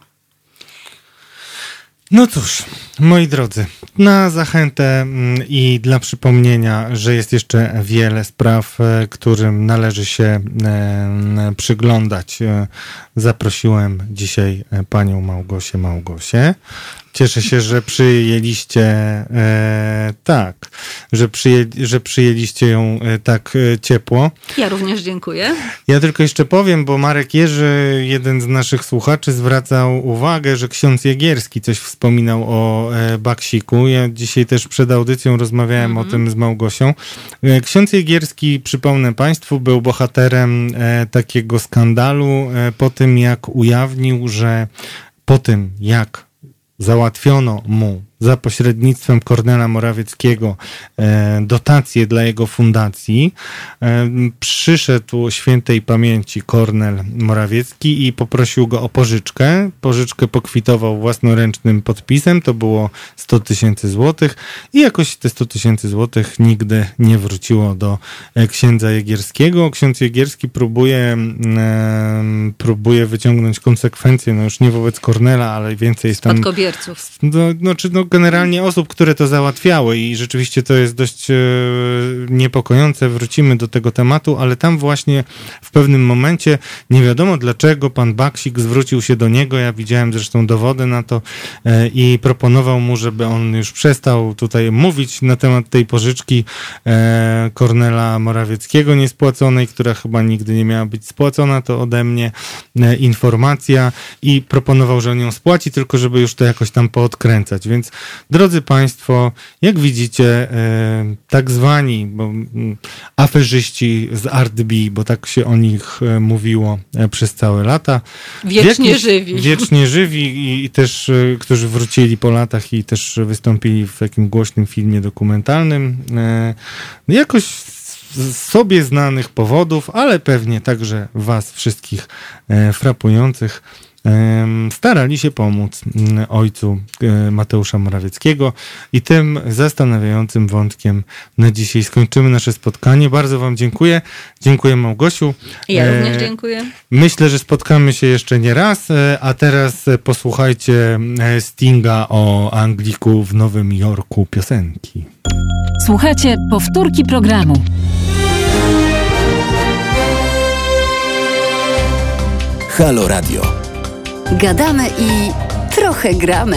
S2: No cóż, moi drodzy, na zachętę i dla przypomnienia, że jest jeszcze wiele spraw, którym należy się przyglądać, zaprosiłem dzisiaj panią Małgosię Małgosię. Cieszę się, że przyjęliście e, tak, że, przyję, że przyjęliście ją e, tak e, ciepło.
S6: Ja również dziękuję.
S2: Ja tylko jeszcze powiem, bo Marek Jerzy, jeden z naszych słuchaczy, zwracał uwagę, że ksiądz Jegierski coś wspominał o e, Baksiku. Ja dzisiaj też przed audycją rozmawiałem mm-hmm. o tym z Małgosią. E, ksiądz Jegierski, przypomnę państwu, był bohaterem e, takiego skandalu e, po tym, jak ujawnił, że po tym, jak załatwiono mu za pośrednictwem Kornela Morawieckiego e, dotacje dla jego fundacji. E, przyszedł świętej pamięci Kornel Morawiecki i poprosił go o pożyczkę. Pożyczkę pokwitował własnoręcznym podpisem. To było sto tysięcy złotych i jakoś te sto tysięcy złotych nigdy nie wróciło do e, księdza Jegierskiego. Ksiądz Jegierski próbuje, e, próbuje wyciągnąć konsekwencje, no już nie wobec Kornela, ale więcej jest tam...
S6: Spadkobierców.
S2: No, no, czy no generalnie osób, które to załatwiały i rzeczywiście to jest dość e, niepokojące. Wrócimy do tego tematu, ale tam właśnie w pewnym momencie nie wiadomo dlaczego pan Baksik zwrócił się do niego. Ja widziałem zresztą dowody na to e, i proponował mu, żeby on już przestał tutaj mówić na temat tej pożyczki e, Kornela Morawieckiego niespłaconej, która chyba nigdy nie miała być spłacona. To ode mnie e, informacja i proponował, że on ją spłaci, tylko żeby już to jakoś tam poodkręcać. Więc drodzy Państwo, jak widzicie, e, tak zwani bo, m, aferzyści z Art-B, bo tak się o nich e, mówiło e, przez całe lata.
S6: Wiecznie
S2: jakimś,
S6: żywi.
S2: Wiecznie żywi i, i też, e, którzy wrócili po latach i też wystąpili w takim głośnym filmie dokumentalnym. E, jakoś z sobie znanych powodów, ale pewnie także was wszystkich e, frapujących, starali się pomóc ojcu Mateusza Morawieckiego i tym zastanawiającym wątkiem na dzisiaj skończymy nasze spotkanie. Bardzo wam dziękuję. Dziękuję, Małgosiu.
S6: Ja również dziękuję.
S2: Myślę, że spotkamy się jeszcze nie raz, a teraz posłuchajcie Stinga o Angliku w Nowym Jorku piosenki.
S1: Słuchajcie powtórki programu.
S3: Halo Radio.
S4: Gadamy i trochę gramy.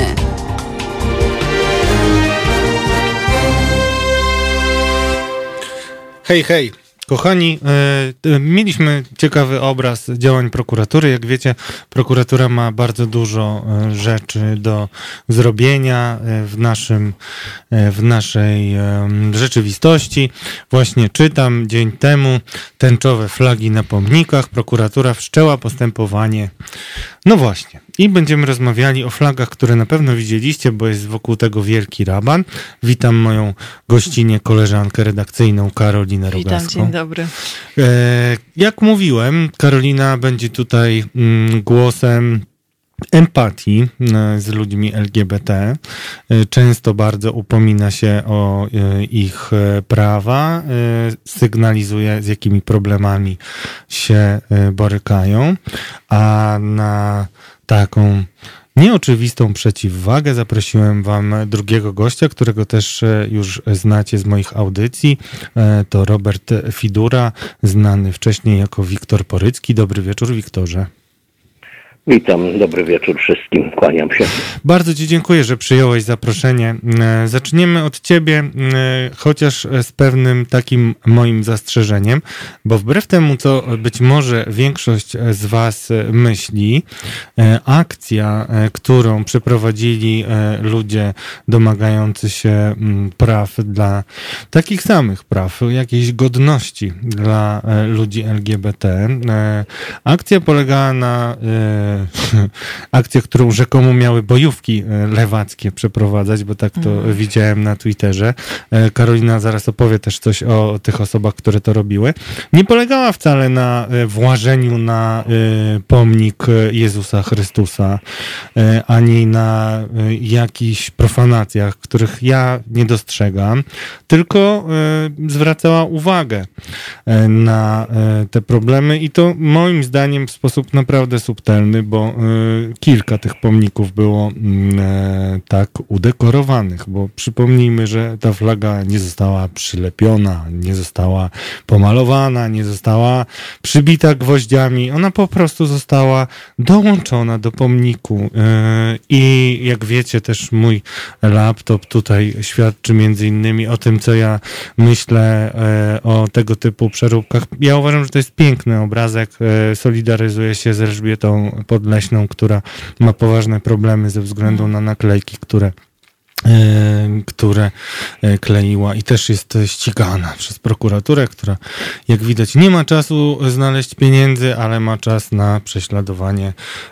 S2: Hej, hej. Kochani, e, mieliśmy ciekawy obraz działań prokuratury. Jak wiecie, prokuratura ma bardzo dużo e, rzeczy do zrobienia e, w naszym, e, w naszej e, rzeczywistości. Właśnie czytam dzień temu tęczowe flagi na pomnikach. Prokuratura wszczęła postępowanie. No właśnie. I będziemy rozmawiali o flagach, które na pewno widzieliście, bo jest wokół tego wielki raban. Witam moją gościnę, koleżankę redakcyjną Karolinę Rogaską.
S8: Witam, dzień dobry.
S2: E, jak mówiłem, Karolina będzie tutaj mm, głosem empatii e, z ludźmi L G B T. E, często bardzo upomina się o e, ich e, prawa, e, sygnalizuje, z jakimi problemami się e, borykają, a na taką nieoczywistą przeciwwagę zaprosiłem wam drugiego gościa, którego też już znacie z moich audycji. To Robert Fidura, znany wcześniej jako Wiktor Porycki. Dobry wieczór, Wiktorze.
S9: Witam, dobry wieczór wszystkim, kłaniam się.
S2: Bardzo ci dziękuję, że przyjąłeś zaproszenie. Zaczniemy od ciebie, chociaż z pewnym takim moim zastrzeżeniem, bo wbrew temu, co być może większość z was myśli, akcja, którą przeprowadzili ludzie domagający się praw dla takich samych praw, jakiejś godności dla ludzi L G B T, akcja polegała na akcję, którą rzekomo miały bojówki lewackie przeprowadzać, bo tak to mm. widziałem na Twitterze. Karolina zaraz opowie też coś o tych osobach, które to robiły. Nie polegała wcale na włażeniu na pomnik Jezusa Chrystusa, ani na jakichś profanacjach, których ja nie dostrzegam, tylko zwracała uwagę na te problemy i to moim zdaniem w sposób naprawdę subtelny, bo y, kilka tych pomników było y, tak udekorowanych, bo przypomnijmy, że ta flaga nie została przylepiona, nie została pomalowana, nie została przybita gwoździami, ona po prostu została dołączona do pomniku y, i jak wiecie też mój laptop tutaj świadczy między innymi o tym, co ja myślę y, o tego typu przeróbkach. Ja uważam, że to jest piękny obrazek, y, solidaryzuję się z Elżbietą Podleśną, która ma poważne problemy ze względu na naklejki, które które kleiła i też jest ścigana przez prokuraturę, która jak widać nie ma czasu znaleźć pieniędzy, ale ma czas na prześladowanie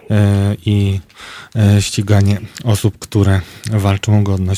S2: i ściganie osób, które walczą o godność.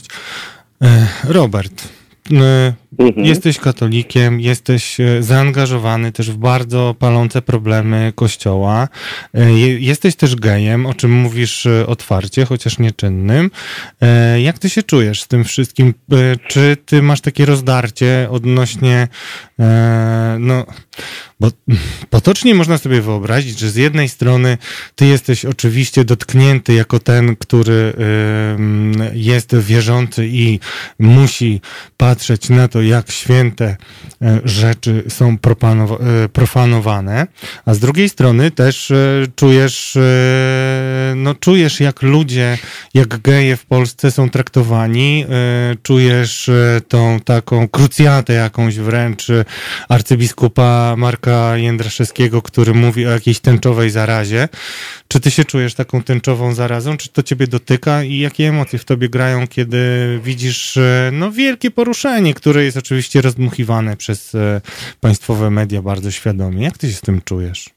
S2: Robert, Mhm. Jesteś katolikiem, jesteś zaangażowany też w bardzo palące problemy Kościoła. Jesteś też gejem, o czym mówisz otwarcie, chociaż nieczynnym. Jak ty się czujesz z tym wszystkim? Czy ty masz takie rozdarcie odnośnie, no, bo potocznie można sobie wyobrazić, że z jednej strony ty jesteś oczywiście dotknięty jako ten, który jest wierzący i musi patrzeć na to, jak święte rzeczy są profanowane, a z drugiej strony też czujesz, no czujesz, jak ludzie, jak geje w Polsce są traktowani, czujesz tą taką krucjatę jakąś wręcz arcybiskupa Marka Jędraszewskiego, który mówi o jakiejś tęczowej zarazie. Czy ty się czujesz taką tęczową zarazą? Czy to ciebie dotyka i jakie emocje w tobie grają, kiedy widzisz no, wielkie poruszenie, które jest oczywiście rozdmuchiwane przez państwowe media bardzo świadomie? Jak ty się z tym czujesz?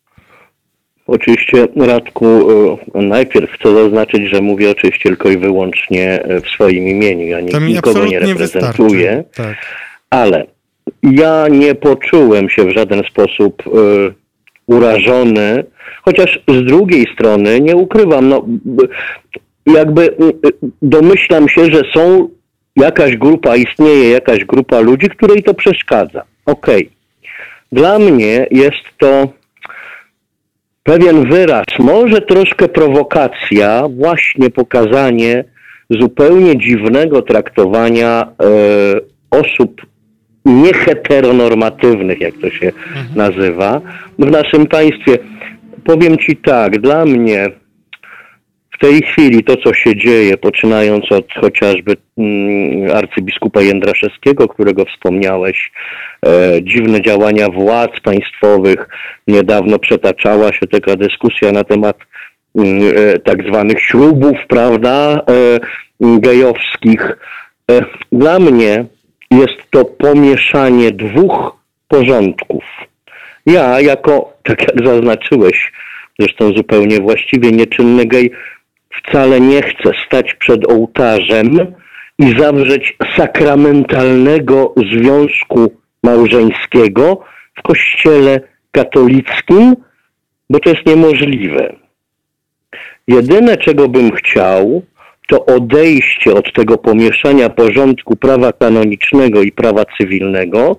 S9: Oczywiście, Radku, najpierw chcę zaznaczyć, że mówię oczywiście tylko i wyłącznie w swoim imieniu. Ja nie, nikogo nie reprezentuję, tak. Ale ja nie poczułem się w żaden sposób urażony, chociaż z drugiej strony nie ukrywam, no jakby domyślam się, że są jakaś grupa, istnieje jakaś grupa ludzi, której to przeszkadza. Okej. Okay. Dla mnie jest to pewien wyraz, może troszkę prowokacja, właśnie pokazanie zupełnie dziwnego traktowania e, osób nieheteronormatywnych, jak to się mhm. nazywa, w naszym państwie. Powiem ci tak, dla mnie w tej chwili to, co się dzieje, poczynając od chociażby mm, arcybiskupa Jędraszewskiego, którego wspomniałeś, e, dziwne działania władz państwowych, niedawno przetaczała się taka dyskusja na temat mm, e, tak zwanych ślubów, prawda, e, gejowskich. E, dla mnie jest to pomieszanie dwóch porządków. Ja jako, tak jak zaznaczyłeś, zresztą zupełnie właściwie nieczynny gej, wcale nie chcę stać przed ołtarzem i zawrzeć sakramentalnego związku małżeńskiego w kościele katolickim, bo to jest niemożliwe. Jedyne, czego bym chciał, to odejście od tego pomieszania porządku prawa kanonicznego i prawa cywilnego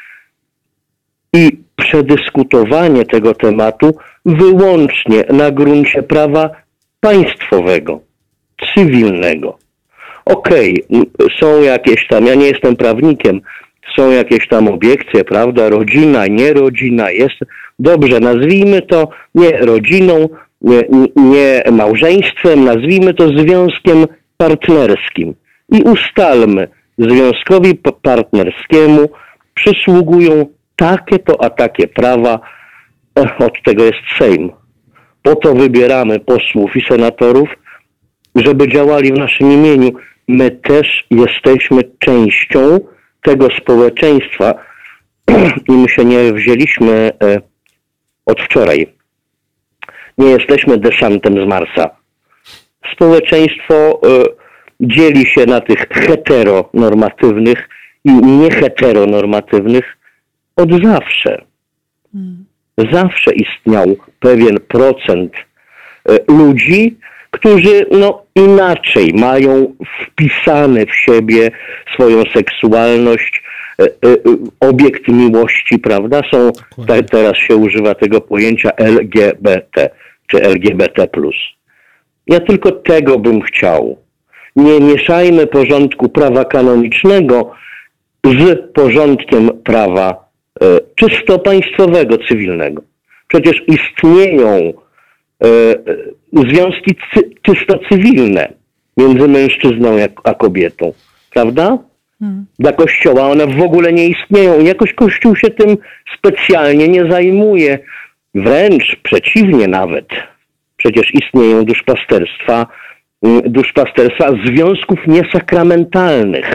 S9: i przedyskutowanie tego tematu wyłącznie na gruncie prawa państwowego, cywilnego. Okej, okay, są jakieś tam, ja nie jestem prawnikiem, są jakieś tam obiekcje, prawda, rodzina, nie rodzina, jest, dobrze, nazwijmy to nie rodziną, nie, nie małżeństwem, nazwijmy to związkiem partnerskim i ustalmy, związkowi partnerskiemu przysługują takie to, a takie prawa, od tego jest Sejm. Po to wybieramy posłów i senatorów, żeby działali w naszym imieniu. My też jesteśmy częścią tego społeczeństwa i my się nie wzięliśmy od wczoraj. Nie jesteśmy desantem z Marsa. Społeczeństwo dzieli się na tych heteronormatywnych i nieheteronormatywnych od zawsze. Hmm. Zawsze istniał pewien procent ludzi, którzy no inaczej mają wpisane w siebie swoją seksualność, obiekt miłości, prawda? Są, te, teraz się używa tego pojęcia L G B T, czy L G B T plus. Ja tylko tego bym chciał. Nie mieszajmy porządku prawa kanonicznego z porządkiem prawa e, czysto państwowego, cywilnego. Przecież istnieją e, związki cy, czysto cywilne między mężczyzną a kobietą, prawda? Hmm. Dla Kościoła one w ogóle nie istnieją i jakoś Kościół się tym specjalnie nie zajmuje. Wręcz przeciwnie nawet. Przecież istnieją duszpasterstwa, duszpasterstwa związków niesakramentalnych.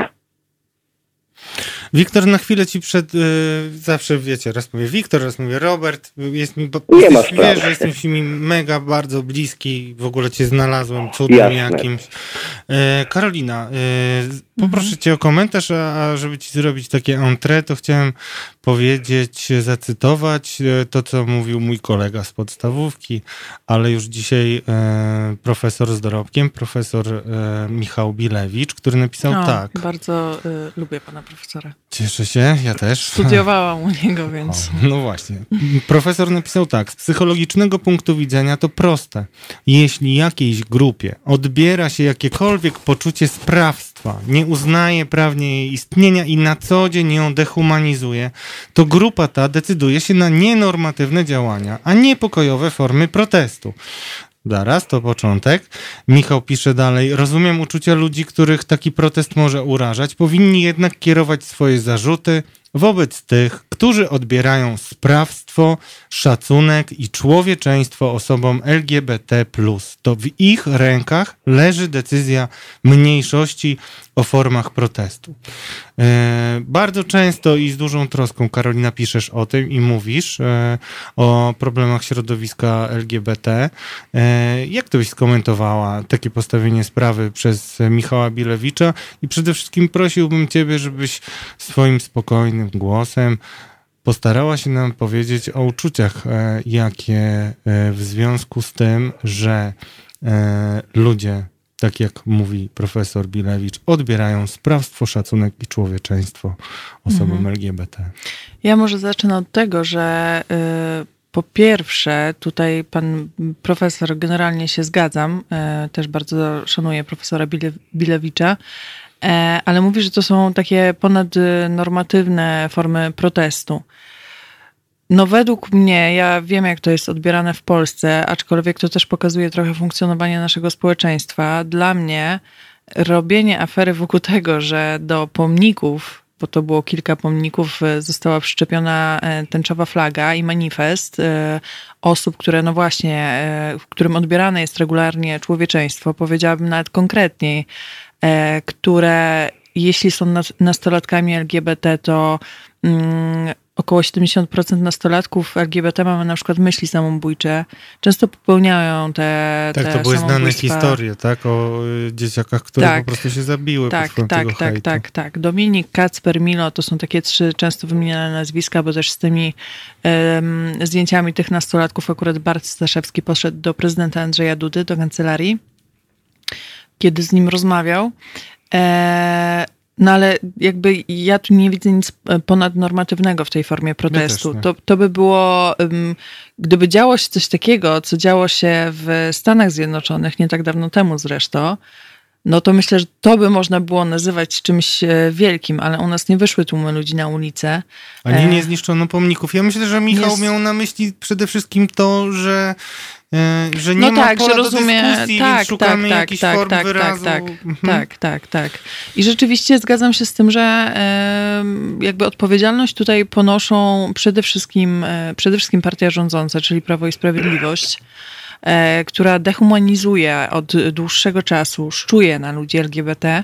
S2: Wiktor, na chwilę ci przed... Yy, zawsze wiecie, raz mówię Wiktor, raz mówię Robert. Jest mi, bo
S9: nie
S2: ma sprawy. Wiesz, że jesteś mi mega bardzo bliski. W ogóle cię znalazłem cudem Jasne. jakimś. Yy, Karolina, yy, poproszę mhm. cię o komentarz, a, a żeby ci zrobić takie entrée, to chciałem powiedzieć, zacytować to, co mówił mój kolega z podstawówki, ale już dzisiaj e, profesor z dorobkiem, profesor e, Michał Bilewicz, który napisał
S8: o,
S2: tak.
S8: Bardzo y, lubię pana profesora.
S2: Cieszę się, ja też.
S8: Studiowałam u niego, więc...
S2: O, no właśnie. Profesor napisał tak. Z psychologicznego punktu widzenia to proste. Jeśli jakiejś grupie odbiera się jakiekolwiek poczucie sprawstwa, nie uznaje prawnie jej istnienia i na co dzień ją dehumanizuje, to grupa ta decyduje się na nienormatywne działania, a nie pokojowe formy protestu. Zaraz, to początek. Michał pisze dalej. Rozumiem uczucia ludzi, których taki protest może urażać. Powinni jednak kierować swoje zarzuty wobec tych, którzy odbierają sprawstwo, szacunek i człowieczeństwo osobom L G B T plus. To w ich rękach leży decyzja mniejszości o formach protestu. E, bardzo często i z dużą troską, Karolina, piszesz o tym i mówisz e, o problemach środowiska L G B T. E, jak to byś skomentowała takie postawienie sprawy przez Michała Bilewicza? I przede wszystkim prosiłbym ciebie, żebyś swoim spokojnym głosem postarała się nam powiedzieć o uczuciach, e, jakie e, w związku z tym, że e, ludzie, tak jak mówi profesor Bilewicz, odbierają sprawstwo, szacunek i człowieczeństwo osobom mhm. L G B T.
S8: Ja może zacznę od tego, że y, po pierwsze, tutaj pan profesor, generalnie się zgadzam, y, też bardzo szanuję profesora Bile, Bilewicza, y, ale mówi, że to są takie ponadnormatywne formy protestu. No według mnie, ja wiem jak to jest odbierane w Polsce, aczkolwiek to też pokazuje trochę funkcjonowanie naszego społeczeństwa. Dla mnie robienie afery wokół tego, że do pomników, bo to było kilka pomników, została przyczepiona tęczowa flaga i manifest osób, które no właśnie, w którym odbierane jest regularnie człowieczeństwo, powiedziałabym nawet konkretniej, które jeśli są nastolatkami L G B T, to mm, około siedemdziesiąt procent nastolatków L G B T mamy na przykład myśli samobójcze. Często popełniają te
S2: Tak,
S8: te
S2: to były znane
S8: samobójstwa.
S2: historie, tak? O dzieciakach, które
S8: Tak.
S2: po prostu się zabiły
S8: Tak,
S2: pod wpływem
S8: tak,
S2: tego
S8: tak,
S2: hejtu.
S8: tak, tak. Dominik, Kacper, Milo to są takie trzy często wymieniane nazwiska, bo też z tymi um, zdjęciami tych nastolatków akurat Bart Staszewski poszedł do prezydenta Andrzeja Dudy, do kancelarii, kiedy z nim rozmawiał. E, No ale jakby ja tu nie widzę nic ponadnormatywnego w tej formie protestu. To, to by było, gdyby działo się coś takiego, co działo się w Stanach Zjednoczonych nie tak dawno temu zresztą, no to myślę, że to by można było nazywać czymś wielkim, ale u nas nie wyszły tłumy ludzi na ulicę.
S2: Ani nie zniszczono pomników. Ja myślę, że Michał jest... miał na myśli przede wszystkim to, że że nie
S8: no
S2: ma
S8: tak,
S2: pola
S8: że rozumie,
S2: do dyskusji,
S8: tak,
S2: więc szukamy
S8: tak,
S2: jakichś
S8: tak,
S2: form
S8: tak,
S2: wyrazu.
S8: Tak, tak,
S2: mhm.
S8: tak, tak, tak. I rzeczywiście zgadzam się z tym, że jakby odpowiedzialność tutaj ponoszą przede wszystkim, przede wszystkim partia rządząca, czyli Prawo i Sprawiedliwość, która dehumanizuje od dłuższego czasu, szczuje na ludzi L G B T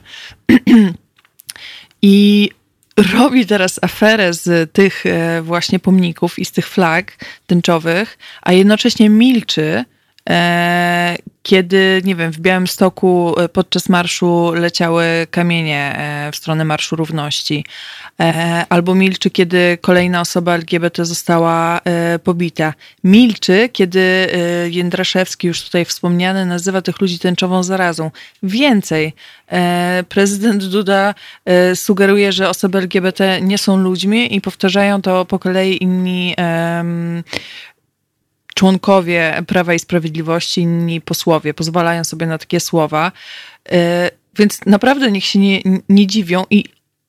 S8: i robi teraz aferę z tych właśnie pomników i z tych flag tęczowych, a jednocześnie milczy, kiedy, nie wiem, w Białymstoku podczas marszu leciały kamienie w stronę Marszu Równości. Albo milczy, kiedy kolejna osoba L G B T została pobita. Milczy, kiedy Jędraszewski, już tutaj wspomniany, nazywa tych ludzi tęczową zarazą. Więcej, prezydent Duda sugeruje, że osoby L G B T nie są ludźmi i powtarzają to po kolei inni członkowie Prawa i Sprawiedliwości, inni posłowie pozwalają sobie na takie słowa. Więc naprawdę niech się nie, nie dziwią i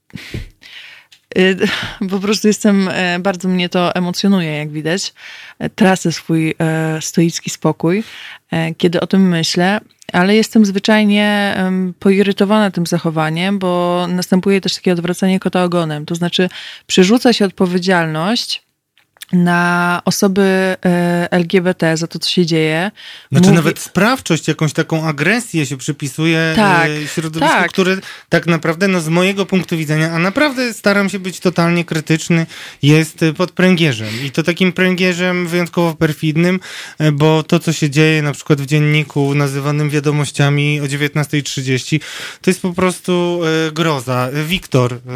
S8: po prostu jestem, bardzo mnie to emocjonuje, jak widać. Tracę swój stoicki spokój, kiedy o tym myślę, ale jestem zwyczajnie poirytowana tym zachowaniem, bo następuje też takie odwracanie kota ogonem. To znaczy przerzuca się odpowiedzialność na osoby L G B T za to, co się dzieje.
S2: Znaczy
S8: Mówi...
S2: nawet sprawczość, jakąś taką agresję się przypisuje
S8: tak,
S2: środowisku,
S8: tak.
S2: które tak naprawdę, no z mojego punktu widzenia, a naprawdę staram się być totalnie krytyczny, jest pod pręgierzem. I to takim pręgierzem wyjątkowo perfidnym, bo to, co się dzieje na przykład w dzienniku nazywanym Wiadomościami o dziewiętnasta trzydzieści, to jest po prostu e, groza. Wiktor, e,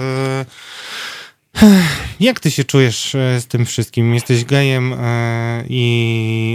S2: jak ty się czujesz z tym wszystkim? Jesteś gejem i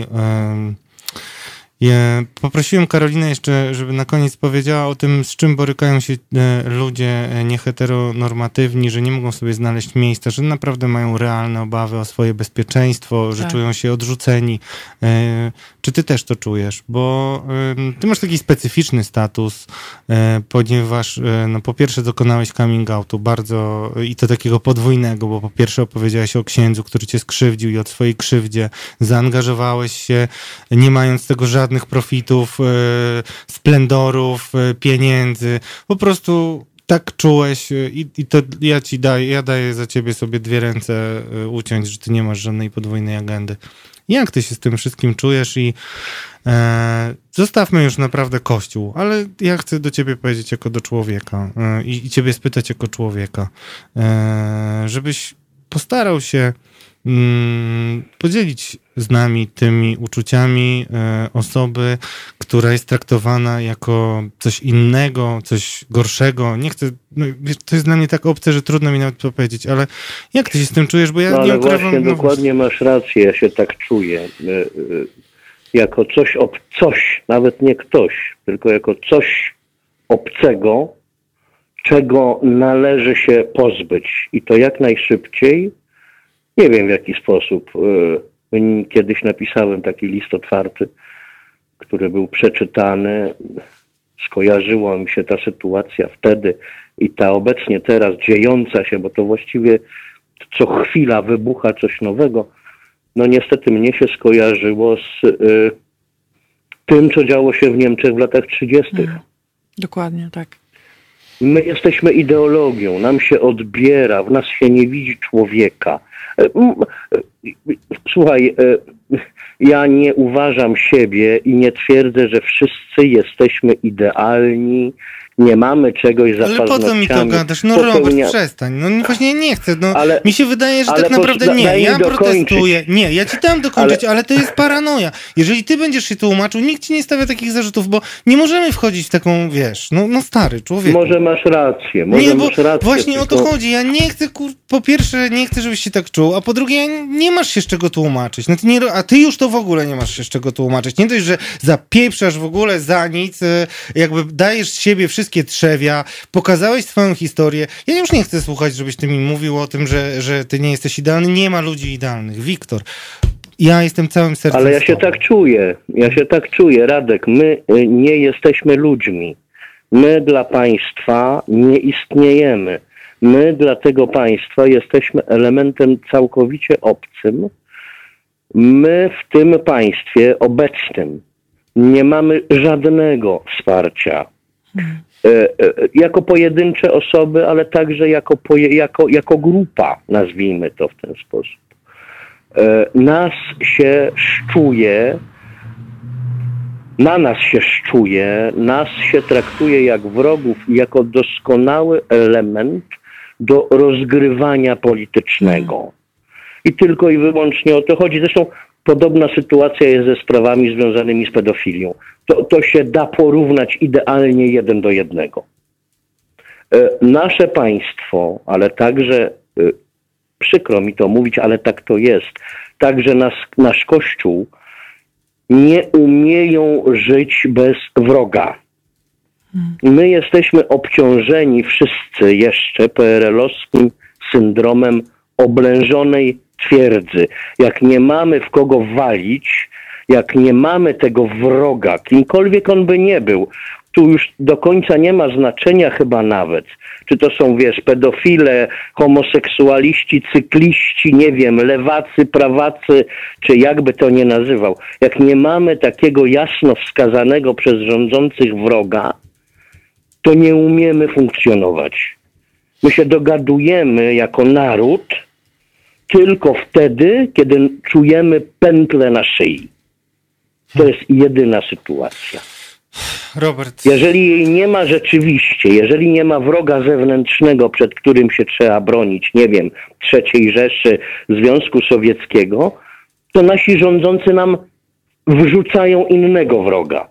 S2: ja poprosiłem Karolinę jeszcze, żeby na koniec powiedziała o tym, z czym borykają się ludzie nieheteronormatywni, że nie mogą sobie znaleźć miejsca, że naprawdę mają realne obawy o swoje bezpieczeństwo, że tak. czują się odrzuceni. Czy ty też to czujesz? Bo ty masz taki specyficzny status, ponieważ no, po pierwsze dokonałeś coming outu bardzo i to takiego podwójnego, bo po pierwsze opowiedziałeś o księdzu, który cię skrzywdził i o swojej krzywdzie. Zaangażowałeś się, nie mając tego żadnych profitów, splendorów, pieniędzy. Po prostu tak czułeś i, i to ja ci daję, ja daję za ciebie sobie dwie ręce uciąć, że ty nie masz żadnej podwójnej agendy. Jak ty się z tym wszystkim czujesz i e, zostawmy już naprawdę Kościół, ale ja chcę do ciebie powiedzieć jako do człowieka e, i, i ciebie spytać jako człowieka, e, żebyś postarał się mm, podzielić z nami tymi uczuciami e, osoby, która jest traktowana jako coś innego, coś gorszego. Nie chcę, no, wiesz, to jest dla mnie tak obce, że trudno mi nawet to powiedzieć, ale jak ty się z tym czujesz? Bo ja
S9: no,
S2: nie
S9: ale
S2: ukrywam...
S9: właśnie,
S2: no,
S9: dokładnie masz rację, ja się tak czuję. Y, y, jako coś, ob, coś, nawet nie ktoś, tylko jako coś obcego, czego należy się pozbyć. I to jak najszybciej. Nie wiem w jaki sposób. Kiedyś napisałem taki list otwarty, który był przeczytany. Skojarzyła mi się ta sytuacja wtedy i ta obecnie teraz dziejąca się, bo to właściwie co chwila wybucha coś nowego. No niestety mnie się skojarzyło z y, tym, co działo się w Niemczech w latach trzydziestych.
S8: Mhm. Dokładnie, tak.
S9: My jesteśmy ideologią, nam się odbiera, w nas się nie widzi człowieka. Słuchaj, ja nie uważam siebie i nie twierdzę, że wszyscy jesteśmy idealni, nie mamy czegoś za
S2: ale po co mi to gadasz? No
S9: popełnia...
S2: Robert, przestań. No właśnie nie chcę. No,
S9: ale,
S2: mi się wydaje, że tak naprawdę
S9: po...
S2: nie.
S9: Daj
S2: Ja protestuję.
S9: dokończyć.
S2: Nie, ja ci dam dokończyć, ale...
S9: ale...
S2: ale to jest paranoja. Jeżeli ty będziesz się tłumaczył, nikt ci nie stawia takich zarzutów, bo nie możemy wchodzić w taką, wiesz, no, no stary człowiek.
S9: Może masz rację, może
S2: nie, bo
S9: masz rację.
S2: właśnie
S9: tylko...
S2: o to chodzi. Ja nie chcę, kur... po pierwsze, nie chcę, żebyś się tak czuł, a po drugie, nie masz się z czego tłumaczyć. No ty nie... A ty już to w ogóle nie masz się z czego tłumaczyć. Nie dość, że zapieprzasz w ogóle za nic, jakby dajesz z siebie wszystkie trzewia, pokazałeś swoją historię. Ja już nie chcę słuchać, żebyś ty mi mówił o tym, że, że ty nie jesteś idealny. Nie ma ludzi idealnych. Wiktor, ja jestem całym sercem.
S9: Ale ja się tak czuję. Ja się tak czuję, Radek. My nie jesteśmy ludźmi. My dla państwa nie istniejemy. My dla tego państwa jesteśmy elementem całkowicie obcym. My w tym państwie obecnym nie mamy żadnego wsparcia. Hmm. Jako pojedyncze osoby, ale także jako, poje, jako, jako grupa, nazwijmy to w ten sposób. Nas się szczuje, na nas się szczuje, nas się traktuje jak wrogów i jako doskonały element do rozgrywania politycznego. I tylko i wyłącznie o to chodzi. Zresztą podobna sytuacja jest ze sprawami związanymi z pedofilią. To, to się da porównać idealnie jeden do jednego. E, nasze państwo, ale także, e, przykro mi to mówić, ale tak to jest, także nas, nasz Kościół nie umieją żyć bez wroga. My jesteśmy obciążeni wszyscy jeszcze P R L-owskim syndromem oblężonej twierdzy. Jak nie mamy w kogo walić, jak nie mamy tego wroga, kimkolwiek on by nie był, tu już do końca nie ma znaczenia chyba nawet, czy to są, wiesz, pedofile, homoseksualiści, cykliści, nie wiem, lewacy, prawacy, czy jakby to nie nazywał. Jak nie mamy takiego jasno wskazanego przez rządzących wroga, to nie umiemy funkcjonować. My się dogadujemy jako naród tylko wtedy, kiedy czujemy pętlę na szyi. To jest jedyna sytuacja.
S2: Robert.
S9: Jeżeli jej nie ma rzeczywiście, jeżeli nie ma wroga zewnętrznego, przed którym się trzeba bronić, nie wiem, trzeciej Rzeszy, Związku Sowieckiego, to nasi rządzący nam wrzucają innego wroga.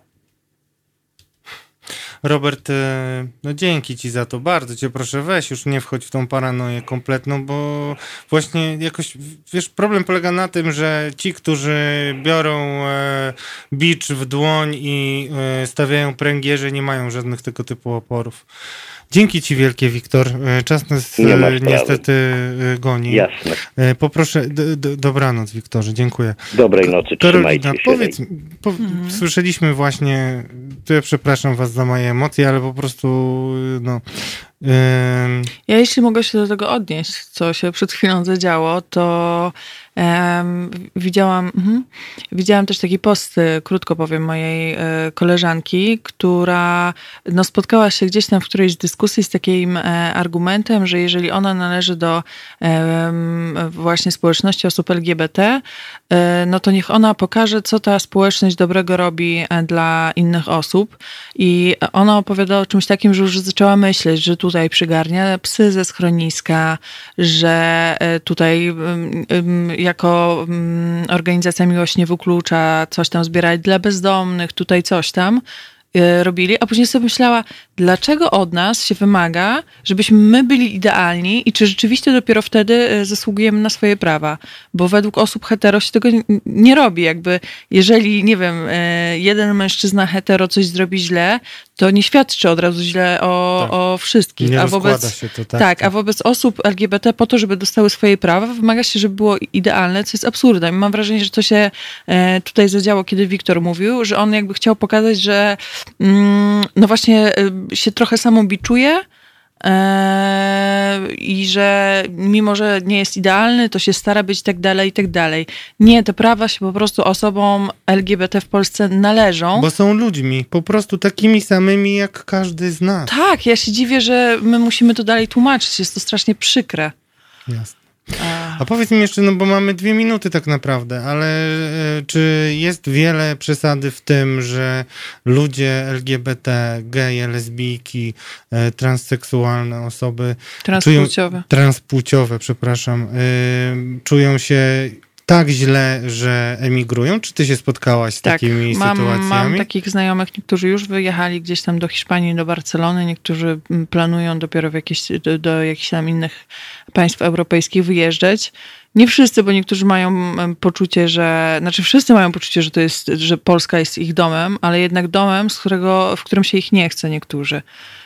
S2: Robert, no dzięki ci za to, bardzo cię proszę, weź już nie wchodź w tą paranoję kompletną, bo właśnie jakoś, wiesz, problem polega na tym, że ci, którzy biorą e, bicz w dłoń i e, stawiają pręgierze, nie mają żadnych tego typu oporów. Dzięki ci wielkie, Wiktor. Czas nas e, niestety e, goni.
S9: Jasne.
S2: E, poproszę, d, d, dobranoc, Wiktorze, dziękuję.
S9: Dobrej nocy,
S2: Karolina,
S9: trzymajcie się.
S2: powiedz, po, mhm. słyszeliśmy właśnie, to ja przepraszam was za moje emocje, ale po prostu no... Yy...
S8: Ja jeśli mogę się do tego odnieść, co się przed chwilą zadziało, to um, widziałam, mm, widziałam też taki post, krótko powiem, mojej e, koleżanki, która no, spotkała się gdzieś tam w którejś dyskusji z takim e, argumentem, że jeżeli ona należy do e, właśnie społeczności osób L G B T, e, no to niech ona pokaże, co ta społeczność dobrego robi dla innych osób. I ona opowiadała o czymś takim, że już zaczęła myśleć, że tutaj przygarnia psy ze schroniska, że tutaj jako mm, organizacja Miłość nie wyklucza, coś tam zbierać dla bezdomnych, tutaj coś tam y, robili, a później sobie myślała, dlaczego od nas się wymaga, żebyśmy my byli idealni i czy rzeczywiście dopiero wtedy zasługujemy na swoje prawa. Bo według osób hetero się tego nie robi. Jakby jeżeli, nie wiem, jeden mężczyzna hetero coś zrobi źle, to nie świadczy od razu źle o,
S2: tak.
S8: o wszystkich.
S2: Nie
S8: a wobec,
S2: się to, tak,
S8: tak,
S2: tak,
S8: a wobec osób L G B T po to, żeby dostały swoje prawa, wymaga się, żeby było idealne, co jest absurdem. I mam wrażenie, że to się tutaj zadziało, kiedy Wiktor mówił, że on jakby chciał pokazać, że mm, no właśnie się trochę samobiczuje e, i że mimo, że nie jest idealny, to się stara być i tak dalej, i tak dalej. Nie, te prawa się po prostu osobom L G B T w Polsce należą.
S2: Bo są ludźmi, po prostu takimi samymi jak każdy z nas.
S8: Tak, ja się dziwię, że my musimy to dalej tłumaczyć. Jest to strasznie przykre.
S2: Jasne. A powiedz mi jeszcze, no bo mamy dwie minuty tak naprawdę, ale e, czy jest wiele przesady w tym, że ludzie L G B T, geje, lesbijki, e, transseksualne osoby...
S8: Transpłciowe.
S2: Czują, transpłciowe, przepraszam. E, czują się tak źle, że emigrują? Czy ty się spotkałaś z
S8: tak,
S2: takimi
S8: mam,
S2: sytuacjami?
S8: Mam takich znajomych, niektórzy już wyjechali gdzieś tam do Hiszpanii, do Barcelony, niektórzy planują dopiero w jakieś, do, do jakichś tam innych państw europejskich wyjeżdżać. Nie wszyscy, bo niektórzy mają poczucie, że, znaczy wszyscy mają poczucie, że to jest, że Polska jest ich domem, ale jednak domem, z którego, w którym się ich nie chce niektórzy.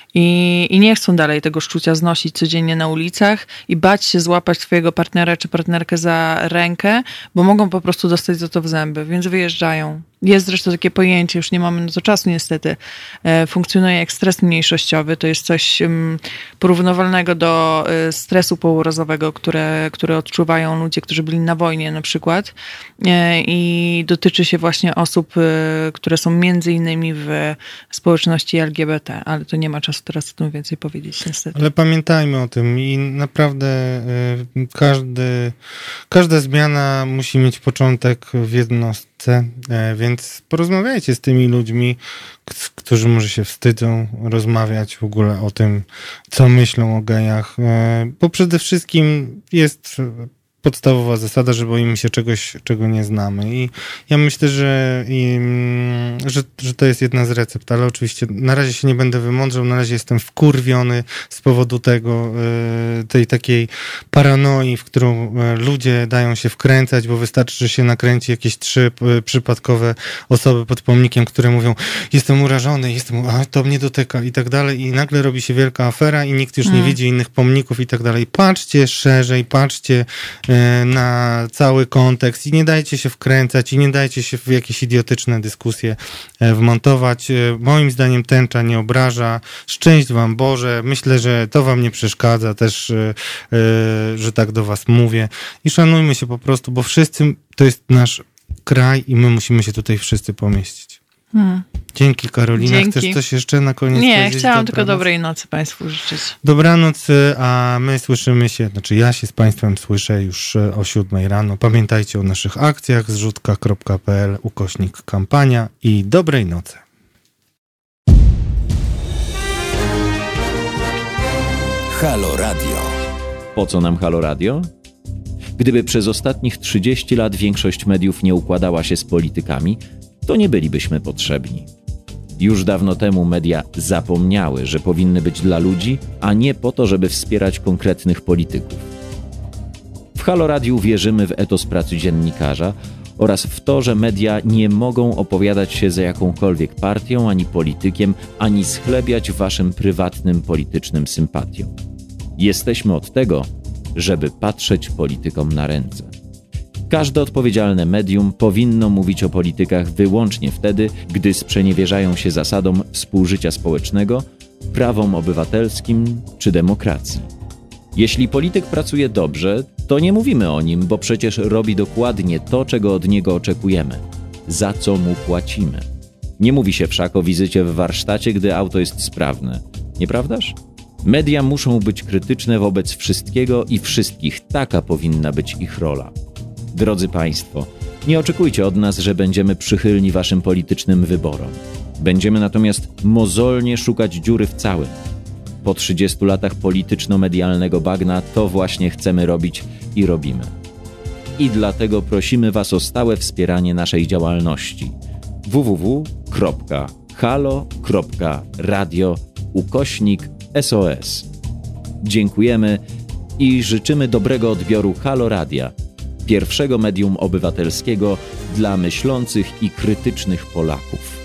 S8: I, I nie chcą dalej tego szczucia znosić codziennie na ulicach i bać się złapać swojego partnera czy partnerkę za rękę, bo mogą po prostu dostać za to w zęby, więc wyjeżdżają. Jest zresztą takie pojęcie, już nie mamy na to czasu niestety, e, funkcjonuje jak stres mniejszościowy. To jest coś um, porównywalnego do e, stresu pourazowego, które, które odczuwają ludzie, którzy byli na wojnie na przykład. E, I dotyczy się właśnie osób, e, które są między innymi w społeczności L G B T, ale to nie ma czasu teraz o tym więcej powiedzieć niestety.
S2: Ale pamiętajmy o tym i naprawdę y, każdy, każda zmiana musi mieć początek w jednostce, y, więc porozmawiajcie z tymi ludźmi, k- którzy może się wstydzą rozmawiać w ogóle o tym, co myślą o gejach, y, bo przede wszystkim jest podstawowa zasada, że boimy się czegoś, czego nie znamy. I ja myślę, że, i, że, że to jest jedna z recept, ale oczywiście na razie się nie będę wymądrzał, na razie jestem wkurwiony z powodu tego, tej takiej paranoi, w którą ludzie dają się wkręcać, bo wystarczy, że się nakręci jakieś trzy przypadkowe osoby pod pomnikiem, które mówią, jestem urażony, jestem, a to mnie dotyka i tak dalej, i nagle robi się wielka afera i nikt już nie
S8: mm.
S2: widzi innych pomników i tak dalej. Patrzcie szerzej, patrzcie na cały kontekst i nie dajcie się wkręcać i nie dajcie się w jakieś idiotyczne dyskusje wmontować. Moim zdaniem tęcza nie obraża. Szczęść wam Boże. Myślę, że to wam nie przeszkadza też, że tak do was mówię. I szanujmy się po prostu, bo wszyscy, to jest nasz kraj i my musimy się tutaj wszyscy pomieścić. Hmm. Dzięki, Karolina.
S8: Dzięki.
S2: Chcesz coś jeszcze na koniec
S8: Nie,
S2: powiedzieć?
S8: chciałam
S2: Dobranoc?
S8: tylko dobrej nocy Państwu życzyć.
S2: Dobranoc, a my słyszymy się, znaczy ja się z Państwem słyszę już o siódmej rano. Pamiętajcie o naszych akcjach zrzutka kropka p l ukośnik kampania i dobrej nocy.
S3: Halo Radio.
S10: Po co nam Halo Radio? Gdyby przez ostatnich trzydzieści lat większość mediów nie układała się z politykami, to nie bylibyśmy potrzebni. Już dawno temu media zapomniały, że powinny być dla ludzi, a nie po to, żeby wspierać konkretnych polityków. W Halo Radiu wierzymy w etos pracy dziennikarza oraz w to, że media nie mogą opowiadać się za jakąkolwiek partią ani politykiem, ani schlebiać waszym prywatnym politycznym sympatiom. Jesteśmy od tego, żeby patrzeć politykom na ręce. Każde odpowiedzialne medium powinno mówić o politykach wyłącznie wtedy, gdy sprzeniewierzają się zasadom współżycia społecznego, prawom obywatelskim czy demokracji. Jeśli polityk pracuje dobrze, to nie mówimy o nim, bo przecież robi dokładnie to, czego od niego oczekujemy, za co mu płacimy. Nie mówi się wszak o wizycie w warsztacie, gdy auto jest sprawne. Nieprawdaż? Media muszą być krytyczne wobec wszystkiego i wszystkich. Taka powinna być ich rola. Drodzy Państwo, nie oczekujcie od nas, że będziemy przychylni waszym politycznym wyborom. Będziemy natomiast mozolnie szukać dziury w całym. Po trzydziestu latach polityczno-medialnego bagna to właśnie chcemy robić i robimy. i dlatego prosimy Was o stałe wspieranie naszej działalności. w w w kropka halo kropka radio ukośnik S O S. Dziękujemy i życzymy dobrego odbioru Halo Radia, pierwszego medium obywatelskiego dla myślących i krytycznych Polaków.